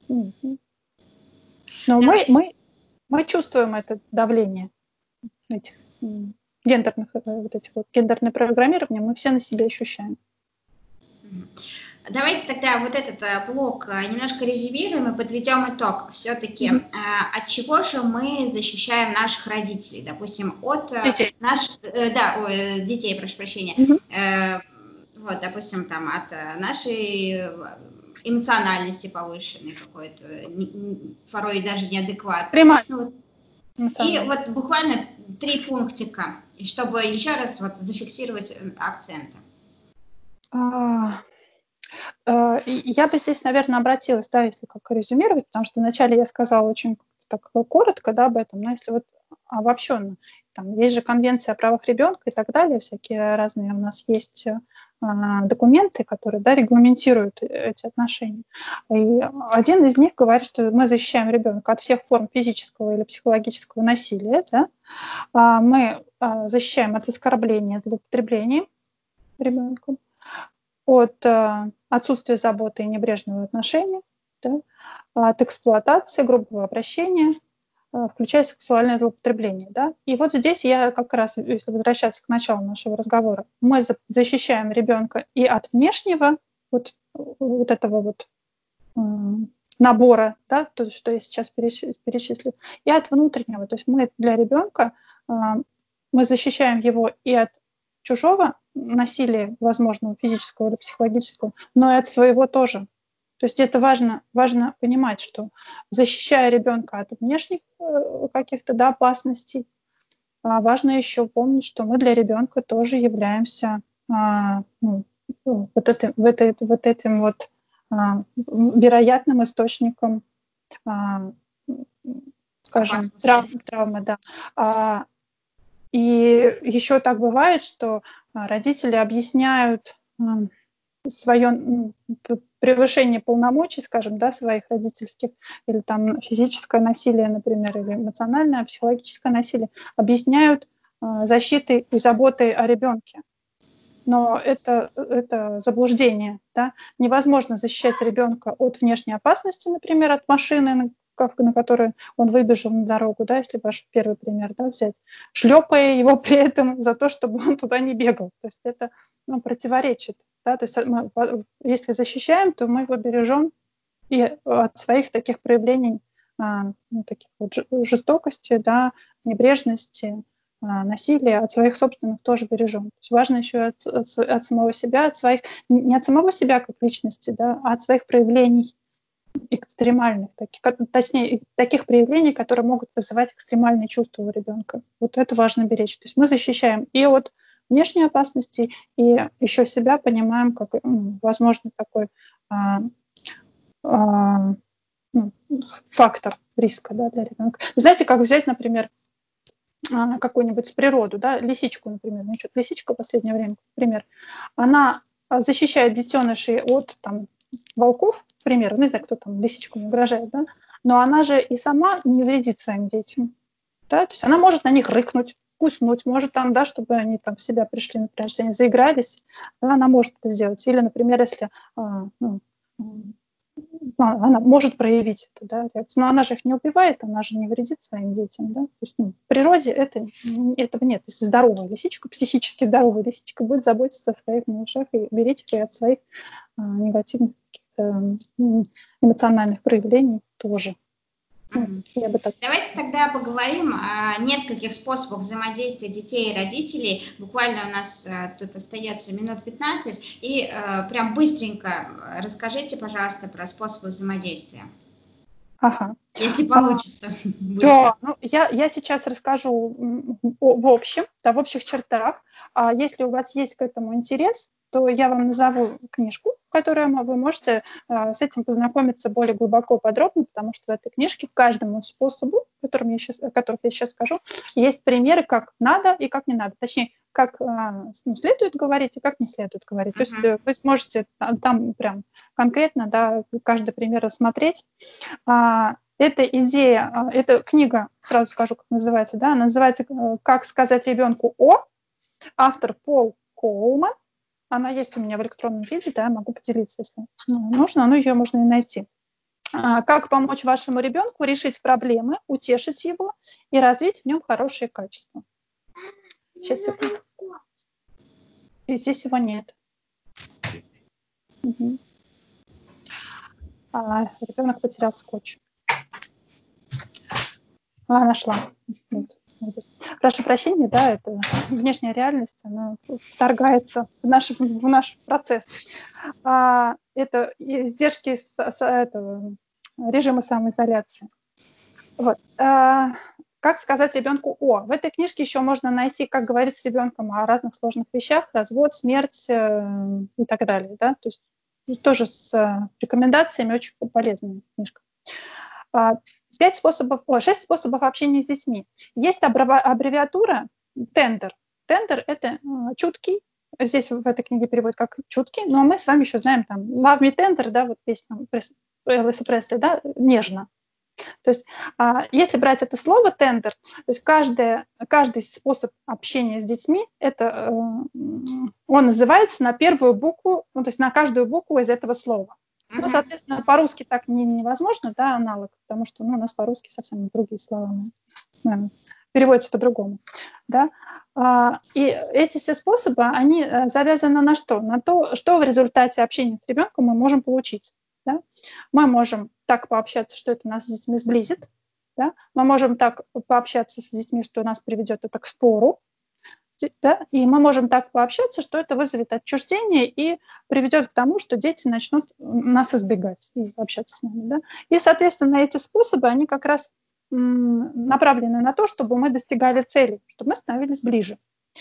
[SPEAKER 2] Но мы чувствуем это давление этих гендерных, вот этих вот гендерное программирование, мы все на себе ощущаем.
[SPEAKER 1] Давайте тогда вот этот блок немножко резюмируем и подведем итог. Все-таки от чего же мы защищаем наших родителей, допустим, от
[SPEAKER 2] Детей.
[SPEAKER 1] детей, прошу прощения, вот, допустим, там от нашей эмоциональности повышенной какой-то, порой даже неадекватной. И вот буквально 3 пунктика, чтобы еще раз вот зафиксировать акценты.
[SPEAKER 2] Я бы здесь, наверное, обратилась, да, если как резюмировать, потому что вначале я сказала очень так коротко, да, об этом, но если вот обобщенно, там есть же конвенция о правах ребенка и так далее, всякие разные у нас есть документы, которые, да, регламентируют эти отношения. И один из них говорит, что мы защищаем ребенка от всех форм физического или психологического насилия, да, мы защищаем от оскорбления, от злоупотребления ребенком, от отсутствия заботы и небрежного отношения, да, от эксплуатации, грубого обращения, включая сексуальное злоупотребление. Да. И вот здесь я как раз, если возвращаться к началу нашего разговора, мы защищаем ребенка и от внешнего вот этого вот набора, да, то, что я сейчас перечислю, и от внутреннего. То есть мы для ребенка, мы защищаем его и от чужого насилия, возможного физического или психологического, но и от своего тоже. То есть это важно понимать, что защищая ребенка от внешних каких-то опасностей, важно еще помнить, что мы для ребенка тоже являемся вот этим вероятным источником, скажем, травмы, да. И еще так бывает, что родители объясняют свое превышение полномочий, скажем, да, своих родительских, или там физическое насилие, например, или эмоциональное, психологическое насилие, объясняют защитой и заботой о ребенке. Но это заблуждение. Да? Невозможно защищать ребенка от внешней опасности, например, от машины, на которой он выбежал на дорогу, да, если ваш первый пример, да, взять, шлепая его при этом за то, чтобы он туда не бегал. То есть это противоречит. Да? То есть мы, если защищаем, то мы его бережем и от своих таких проявлений таких вот жестокости, да, небрежности, насилия, от своих собственных тоже бережем. То есть важно еще от самого себя, от своих, не от самого себя как личности, да, а от своих проявлений экстремальных, точнее, таких проявлений, которые могут вызывать экстремальные чувства у ребенка. Вот это важно беречь. То есть мы защищаем и от внешней опасности, и еще себя понимаем как возможный такой фактор риска, да, для ребенка. Знаете, как взять, например, какую-нибудь природу, да, лисичку, например, лисичка в последнее время, например, она защищает детенышей от волков, к примеру, не знаю, кто там лисичку не угрожает, да, но она же и сама не вредит своим детям, да, то есть она может на них рыкнуть, куснуть, может там, да, чтобы они там в себя пришли, например, если они заигрались, да, она может это сделать. Или, например, если она может проявить это, да, реакцию. Но она же их не убивает, она же не вредит своим детям, да. То есть, в природе этого нет. Если здоровая лисичка, психически здоровая лисичка будет заботиться о своих малышах и беречь их и от своих негативных эмоциональных проявлений тоже.
[SPEAKER 1] Я бы так... Давайте тогда поговорим о нескольких способах взаимодействия детей и родителей. Буквально у нас тут остается минут 15. И прям быстренько расскажите, пожалуйста, про способы взаимодействия.
[SPEAKER 2] Ага.
[SPEAKER 1] Если получится.
[SPEAKER 2] Да, я сейчас расскажу в общем, да, в общих чертах. А если у вас есть к этому интерес, то я вам назову книжку, в которой вы можете с этим познакомиться более глубоко, подробно, потому что в этой книжке к каждому способу, о которых я сейчас скажу, есть примеры, как надо и как не надо. Точнее, как следует говорить и как не следует говорить. То есть вы сможете там прям конкретно, да, каждый пример рассмотреть. Эта идея, эта книга, сразу скажу, как называется, да, называется «Как сказать ребенку О», автор Пол Коулман. Она есть у меня в электронном виде, да, могу поделиться, если нужно, но ее можно и найти. Как помочь вашему ребенку решить проблемы, утешить его и развить в нем хорошие качества. Сейчас, секунду. И здесь его нет. Угу. Ребенок потерял скотч. Нашла. Вот. Прошу прощения, да, это внешняя реальность, она вторгается в наш процесс. Это издержки этого режима самоизоляции. Вот. Как сказать ребенку «о». В этой книжке еще можно найти, как говорить с ребенком о разных сложных вещах, развод, смерть и так далее. Да? То есть тоже с рекомендациями, очень полезная книжка. 6 способов общения с детьми. Есть аббревиатура тендер. Тендер – это чуткий. Здесь в этой книге переводят как чуткий, но мы с вами еще знаем там Love Me Tender, да, вот песня Элвиса Пресли, да, нежно. То есть если брать это слово тендер, то есть каждый способ общения с детьми, это, он называется на первую букву, ну, то есть на каждую букву из этого слова. Ну, соответственно, по-русски так невозможно, да, аналог, потому что у нас по-русски совсем другие слова переводятся по-другому. Да? И эти все способы, они завязаны на что? На то, что в результате общения с ребенком мы можем получить. Да? Мы можем так пообщаться, что это нас с детьми сблизит. Да? Мы можем так пообщаться с детьми, что нас приведет это к спору. Да? И мы можем так пообщаться, что это вызовет отчуждение и приведет к тому, что дети начнут нас избегать и общаться с нами. Да? И, соответственно, эти способы, они как раз направлены на то, чтобы мы достигали цели, чтобы мы становились ближе.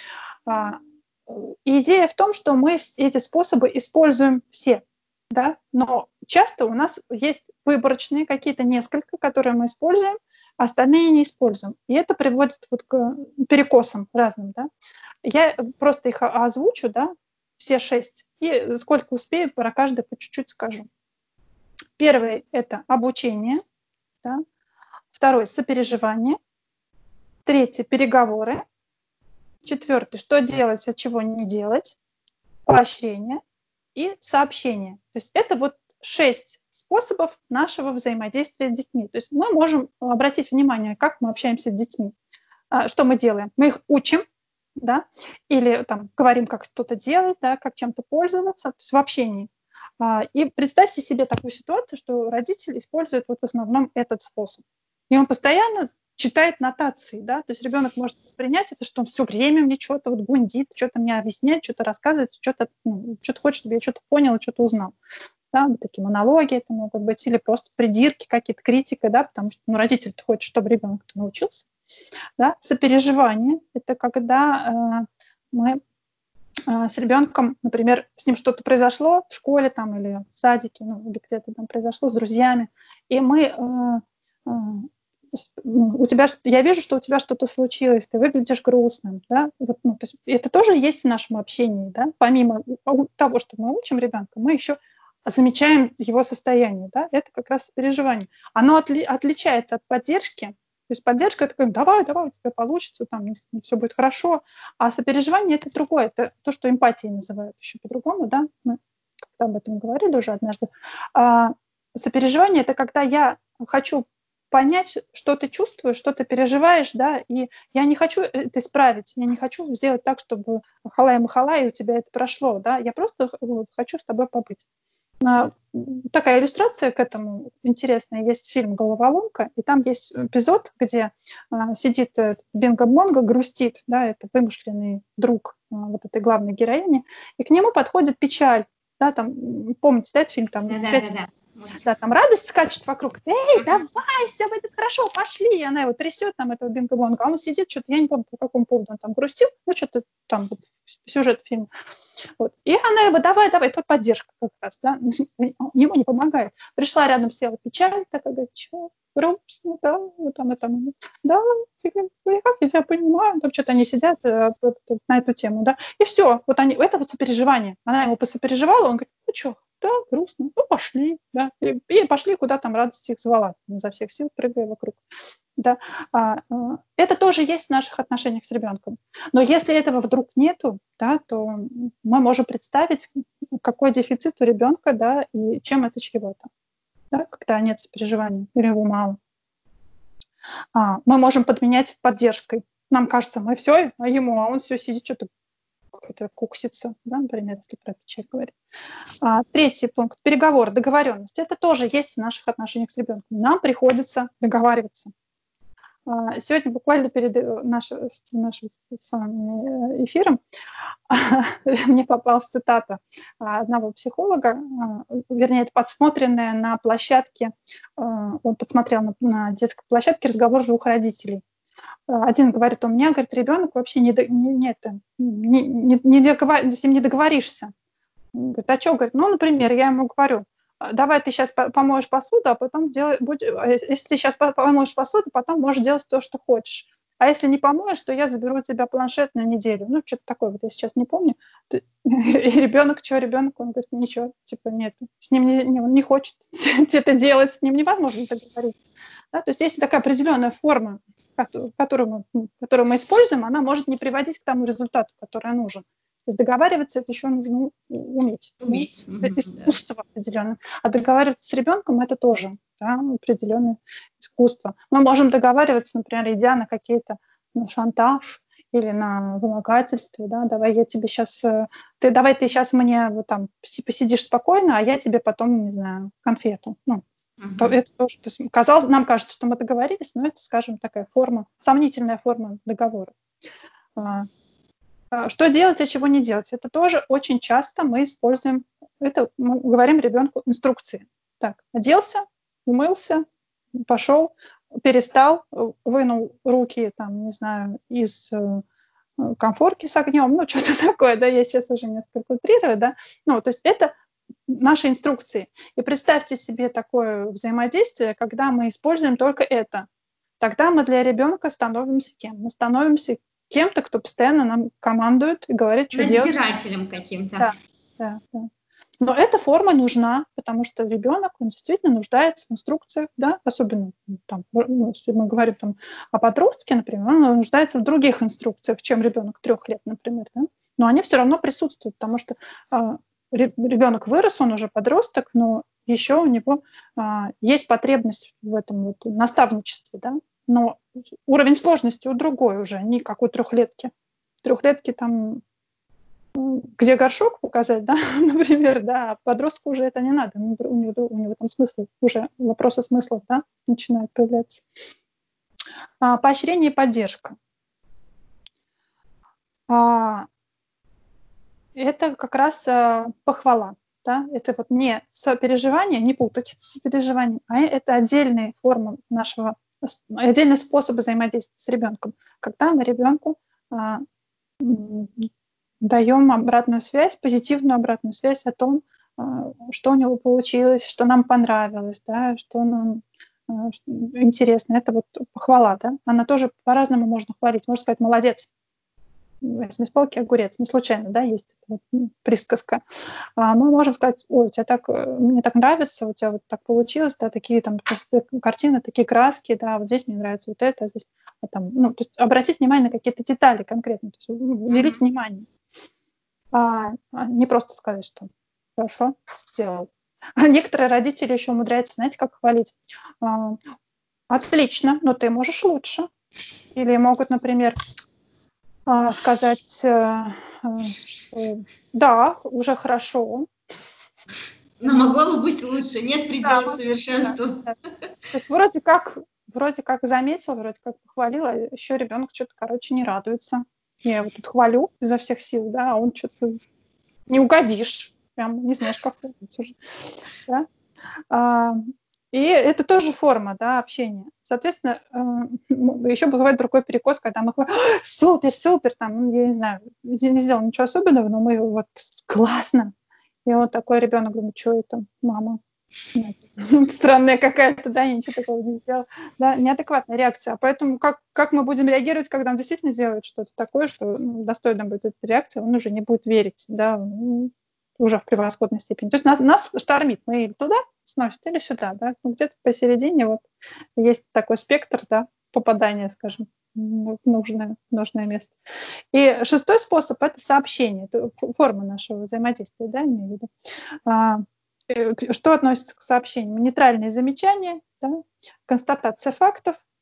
[SPEAKER 2] И идея в том, что мы эти способы используем все, да? Но часто у нас есть выборочные какие-то несколько, которые мы используем, а остальные не используем. И это приводит вот к перекосам разным. Да? Я просто их озвучу, да, все 6, и сколько успею, про каждый по чуть-чуть скажу. Первый – это обучение, да? Второй – сопереживание, третий – переговоры, четвертый – что делать, а чего не делать, поощрение и сообщение. То есть это вот 6 способов нашего взаимодействия с детьми. То есть мы можем обратить внимание, как мы общаемся с детьми, что мы делаем. Мы их учим, да, или там говорим, как что-то делать, да, как чем-то пользоваться, то есть в общении. И представьте себе такую ситуацию, что родитель использует вот в основном этот способ. И он постоянно читает нотации, да, то есть ребенок может воспринять это, что он все время мне что-то вот гундит, что-то мне объясняет, что-то рассказывает, что-то хочет, чтобы я что-то понял и что-то узнал. Да, вот такие монологи это могут быть, или просто придирки какие-то, критика, да, потому что родитель-то хочет, чтобы ребенок-то научился. Да. Сопереживание – это когда мы с ребенком, например, с ним что-то произошло в школе там, или в садике, или где-то там произошло с друзьями, и мы я вижу, что у тебя что-то случилось, ты выглядишь грустным, да, вот, то есть это тоже есть в нашем общении, да, помимо того, что мы учим ребенка, мы еще замечаем его состояние, да, это как раз переживание. Оно отличается от поддержки, то есть поддержка – это как давай, у тебя получится, там, все будет хорошо, а сопереживание – это другое, это то, что эмпатией называют еще по-другому, да, мы как-то об этом говорили уже однажды. Сопереживание – это когда я хочу понять, что ты чувствуешь, что ты переживаешь, да, и я не хочу это исправить, я не хочу сделать так, чтобы халай-махала, и у тебя это прошло, да, я просто хочу с тобой побыть. Такая иллюстрация к этому интересная. Есть фильм «Головоломка», и там есть эпизод, где сидит Бинго-Бонго, грустит, да, это вымышленный друг вот этой главной героини, и к нему подходит печаль. Да, там, помните, да, этот фильм? Там, да, там радость скачет вокруг. Эй, давай, все будет хорошо, пошли. И она его трясет, там, этого Бинго-Бонго. А он сидит, что-то, я не помню, по какому поводу он там грустил, что-то там, вот, сюжет фильма. Вот. И она его, давай, это поддержка как раз, да, ему не помогает. Пришла рядом, села печаль, такая, говорит, что, грустно, да, вот там, да, как я тебя понимаю, там что-то они сидят на эту тему, да, и все, вот они, это вот сопереживание. Она ему посопереживала, он говорит, ну что, да, грустно, ну пошли, да, и пошли, куда там радость их звала, изо всех сил прыгая вокруг. Да. Это тоже есть в наших отношениях с ребенком. Но если этого вдруг нету, да, то мы можем представить, какой дефицит у ребенка, да, и чем это чревато, да, когда нет сопереживания или его мало. Мы можем подменять поддержкой. Нам кажется, мы все, а он все сидит, что-то это куксится, да, например, если про печаль говорить. Третий пункт – переговор, договоренность. Это тоже есть в наших отношениях с ребенком. Нам приходится договариваться. Сегодня буквально перед нашим с вами эфиром мне попалась цитата одного психолога, вернее, это подсмотренная на площадке, он подсмотрел на детской площадке разговор двух родителей. Один говорит, у меня, говорит, ребенок вообще с ним не договоришься. Он говорит, а что? Говорит, ну, например, я ему говорю, давай ты сейчас помоешь посуду, а потом если ты сейчас помоешь посуду, потом можешь делать то, что хочешь. А если не помоешь, то я заберу у тебя планшет на неделю. Ну, что-то такое, вот я сейчас не помню. И ребенок, он говорит, ничего, типа, нет, с ним он не хочет это делать, с ним невозможно так говорить. Да? То есть есть такая определенная форма, которую мы используем, она может не приводить к тому результату, который нужен. То есть договариваться это еще нужно уметь. Искусство определенное. А договариваться с ребенком это тоже определенное искусство. Мы можем договариваться, например, идя на какие-то шантаж или на вымогательство. Да? Давай ты сейчас мне вот там посидишь спокойно, а я тебе потом, не знаю, конфету. Это тоже, то есть нам кажется, что мы договорились, но это, скажем, такая сомнительная форма договора. Что делать, а чего не делать? Это тоже очень часто мы используем, мы говорим ребенку инструкции. Так, оделся, умылся, пошел, перестал, вынул руки, там, не знаю, из конфорки с огнем, что-то такое, да, я сейчас уже несколько утрирую, да, то есть это наши инструкции. И представьте себе такое взаимодействие, когда мы используем только это. Тогда мы для ребенка становимся кем? Мы становимся кем-то, кто постоянно нам командует и говорит, что делать.
[SPEAKER 1] Надзирателем каким-то.
[SPEAKER 2] Да. Но эта форма нужна, потому что ребенок, он действительно нуждается в инструкциях, да, особенно если мы говорим о подростке, например, он нуждается в других инструкциях, чем ребенок 3 лет, например, да? Но они все равно присутствуют, потому что ребенок вырос, он уже подросток, но еще у него есть потребность в этом наставничестве, да, но уровень сложности другой уже, не как у 3-летки. 3-летки там, где горшок показать, да, например, да, а подростку уже это не надо, у него там смысл, уже вопросы смыслов, да, начинают появляться. Поощрение и поддержка. Это как раз похвала. Да? Это не сопереживание, не путать с переживанием, а это отдельная форма отдельный способ взаимодействия с ребенком. Когда мы ребенку даем обратную связь, позитивную обратную связь о том, что у него получилось, что нам понравилось, да, что нам интересно. Это похвала. Да? Она тоже по-разному можно хвалить. Можно сказать «молодец». Возьми с полки огурец. Не случайно, да, есть присказка. Мы можем сказать, ой, мне так нравится, у тебя так получилось, да, такие там картины, такие краски, да, вот здесь мне нравится вот это, здесь, то есть обратить внимание на какие-то детали конкретно, то есть уделить внимание. Не просто сказать, что хорошо сделал. Некоторые родители еще умудряются, знаете, как хвалить. Отлично, но ты можешь лучше. Или могут, например, сказать, что да, уже хорошо.
[SPEAKER 1] Но могло бы быть лучше, нет предела совершенству.
[SPEAKER 2] Да. То есть вроде как заметил, вроде как похвалил, а еще ребенок что-то, не радуется. Я его тут хвалю изо всех сил, да, а он что-то не угодишь. Прям не знаешь, как хвалить уже. Да? И это тоже форма, да, общения. Соответственно, еще бывает другой перекос, когда мы говорим, супер, там, я не знаю, не сделал ничего особенного, но мы классно. И такой ребенок говорит, что это, мама? Странная какая-то, да, я ничего такого не сделала. Да, неадекватная реакция. Поэтому как мы будем реагировать, когда он действительно делает что-то такое, что достойно будет эта реакция, он уже не будет верить, да, уже в превосходной степени. То есть нас штормит, мы или туда сносит, или сюда, да, где-то посередине есть такой спектр, да, попадания, скажем, в нужное место. И 6-й способ – это сообщение, это форма нашего взаимодействия, да, имею в виду. Что относится к сообщению? Нейтральные замечания, да, констатация фактов,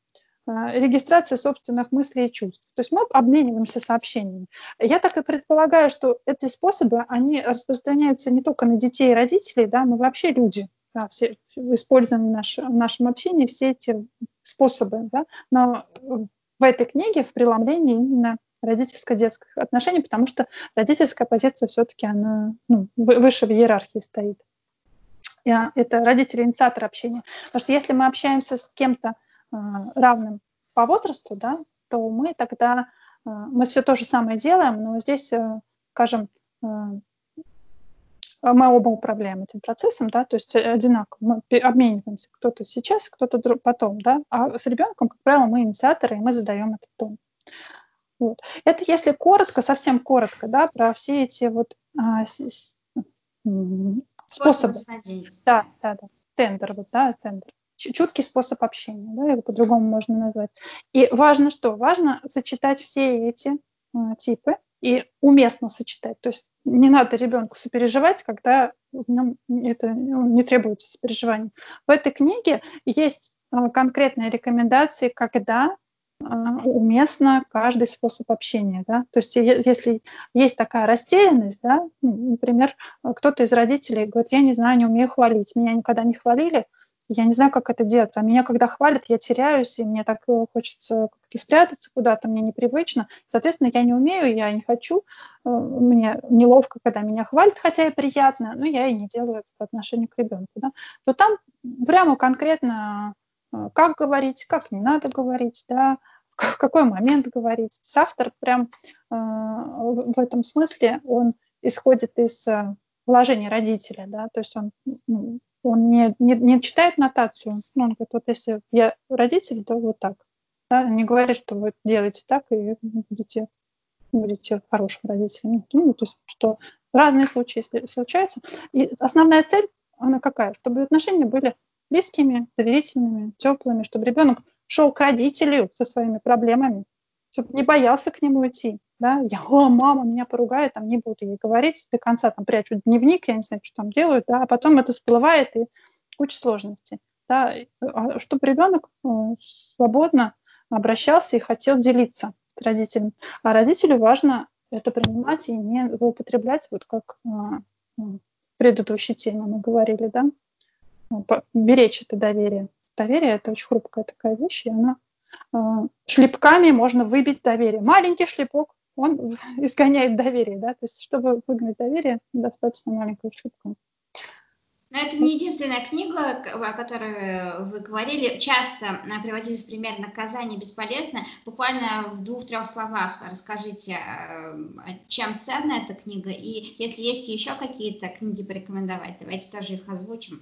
[SPEAKER 2] регистрация собственных мыслей и чувств. То есть мы обмениваемся сообщениями. Я так и предполагаю, что эти способы, они распространяются не только на детей и родителей, да, но вообще люди. Да, все используем в нашем общении все эти способы. Да, но в этой книге в преломлении именно родительско-детских отношений, потому что родительская позиция все-таки она выше в иерархии стоит. Это родители-инициаторы общения. Потому что если мы общаемся с кем-то равным по возрасту, да, то мы тогда мы все то же самое делаем, но здесь, скажем, мы оба управляем этим процессом, да, то есть одинаково, мы обмениваемся, кто-то сейчас, кто-то потом, да, а с ребенком, как правило, мы инициаторы, и мы задаем этот тон. Вот. Это если коротко, совсем коротко, да, про все эти вот способы. Да. Тендер, вот, да, тендер. Чуткий способ общения, да, его по-другому можно назвать. И важно что? Важно сочетать все эти типы и уместно сочетать. То есть не надо ребенку сопереживать, когда в нем это не требуется сопереживания. В этой книге есть конкретные рекомендации, когда уместно каждый способ общения. Да? То есть если есть такая растерянность, да, например, кто-то из родителей говорит, я не знаю, не умею хвалить, меня никогда не хвалили, я не знаю, как это делать. А меня, когда хвалят, я теряюсь, и мне так хочется как-то спрятаться куда-то, мне непривычно. Соответственно, я не умею, я не хочу, мне неловко, когда меня хвалят, хотя и приятно, но я и не делаю это по отношению к ребенку. Да? То там прямо конкретно как говорить, как не надо говорить, да, в какой момент говорить. Автор прям в этом смысле, он исходит из положения родителя, да, то есть он не читает нотацию, он говорит, вот если я родитель, то вот так. Да, не говорит, что вы делаете так, и будете хорошим родителем. То есть, что разные случаи случаются. И основная цель, она какая? Чтобы отношения были близкими, доверительными, теплыми, чтобы ребенок шел к родителю со своими проблемами, чтобы не боялся к нему идти. Да? Мама меня поругает, там не буду ей говорить, до конца там прячу дневник, я не знаю, что там делают, да? А потом это всплывает и куча сложностей. Да? Чтобы ребенок свободно обращался и хотел делиться с родителем. А родителю важно это принимать и не злоупотреблять, вот как в предыдущей теме мы говорили, да, беречь это доверие. Доверие – это очень хрупкая такая вещь, и она шлепками можно выбить доверие. Маленький шлепок, он изгоняет доверие, да, то есть чтобы выгнать доверие, достаточно маленького шлепка.
[SPEAKER 1] Но это не единственная книга, о которой вы говорили. Часто приводили в пример «Наказание бесполезно». Буквально в 2-3 словах расскажите, чем ценна эта книга. И если есть еще какие-то книги порекомендовать, давайте тоже их озвучим.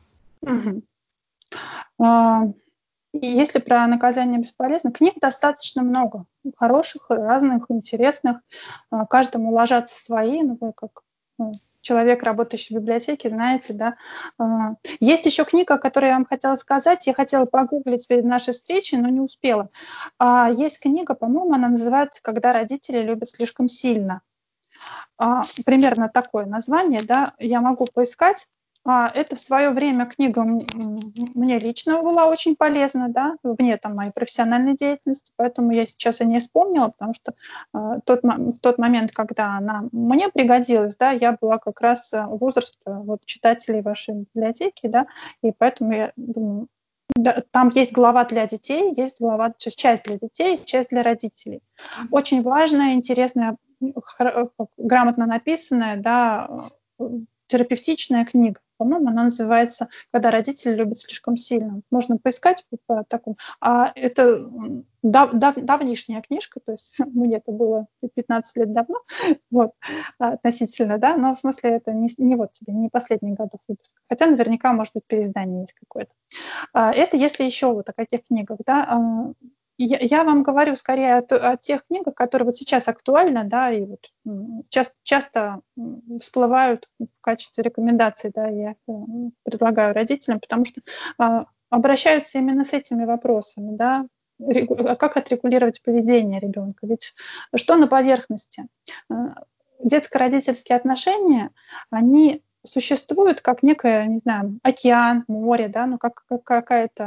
[SPEAKER 2] Если про наказание бесполезно, книг достаточно много. Хороших, разных, интересных. Каждому ложатся свои. Вы как человек, работающий в библиотеке, знаете, да. Есть еще книга, о которой я вам хотела сказать. Я хотела погуглить перед нашей встречей, но не успела. Есть книга, по-моему, она называется «Когда родители любят слишком сильно». Примерно такое название, да, я могу поискать. Это в свое время книга мне лично была очень полезна, да, вне там моей профессиональной деятельности, поэтому я сейчас и не вспомнила, потому что в тот момент, когда она мне пригодилась, да, я была как раз возраста вот, читателей вашей библиотеки, да, и поэтому я думаю, да, там есть глава для детей, есть часть для детей, часть для родителей. Очень важная, интересная, грамотно написанная, да, терапевтичная книга. По-моему, она называется «Когда родители любят слишком сильно». Можно поискать по такому. Это давнишняя книжка, то есть мне это было 15 лет давно, вот, относительно, да, но в смысле это не вот тебе, не последних годов выпуска. Хотя наверняка, может быть, переиздание есть какое-то. Это если еще вот о каких книгах, да. Я вам говорю скорее о тех книгах, которые вот сейчас актуальны, да, и вот часто всплывают в качестве рекомендаций, да, я предлагаю родителям, потому что обращаются именно с этими вопросами, да, как отрегулировать поведение ребенка. Ведь что на поверхности? Детско-родительские отношения, они существуют как некое, не знаю, океан, море, да, ну как какая-то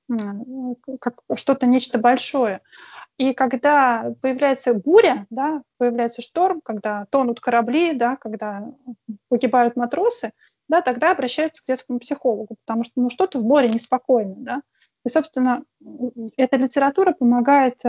[SPEAKER 2] как что-то, нечто большое. И когда появляется буря, да, появляется шторм, когда тонут корабли, да, когда погибают матросы, да, тогда обращаются к детскому психологу, потому что что-то в море неспокойно. Да. И, собственно, эта литература помогает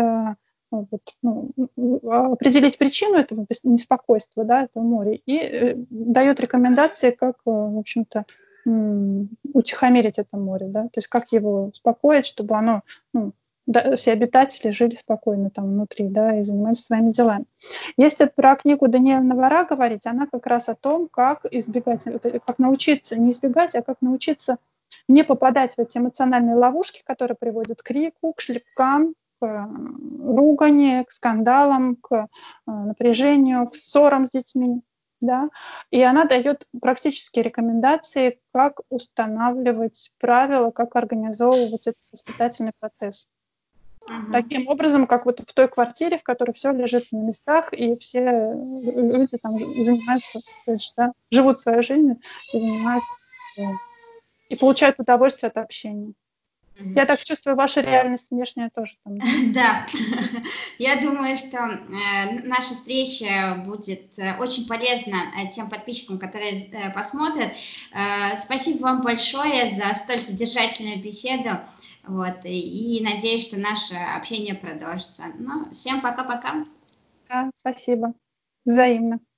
[SPEAKER 2] определить причину этого неспокойства, да, этого моря, и дает рекомендации, как, в общем-то, утихомирить это море, да, то есть как его успокоить, чтобы оно, все обитатели жили спокойно там внутри, да, и занимались своими делами. Если про книгу Даниэля Навара говорить, она как раз о том, как избегать, как научиться не избегать, а как научиться не попадать в эти эмоциональные ловушки, которые приводят к крику, к шлепкам, к ругани, к скандалам, к напряжению, к ссорам с детьми. Да? И она дает практические рекомендации, как устанавливать правила, как организовывать этот воспитательный процесс. Таким образом, как вот в той квартире, в которой все лежит на местах, и все люди там занимаются, да, живут свою жизнь и занимаются, и получают удовольствие от общения. Я так чувствую, ваша реальность внешняя тоже там.
[SPEAKER 1] Да, я думаю, что наша встреча будет очень полезна тем подписчикам, которые посмотрят. Спасибо вам большое за столь содержательную беседу. Вот, и надеюсь, что наше общение продолжится. Ну, всем пока-пока.
[SPEAKER 2] Да, спасибо. Взаимно.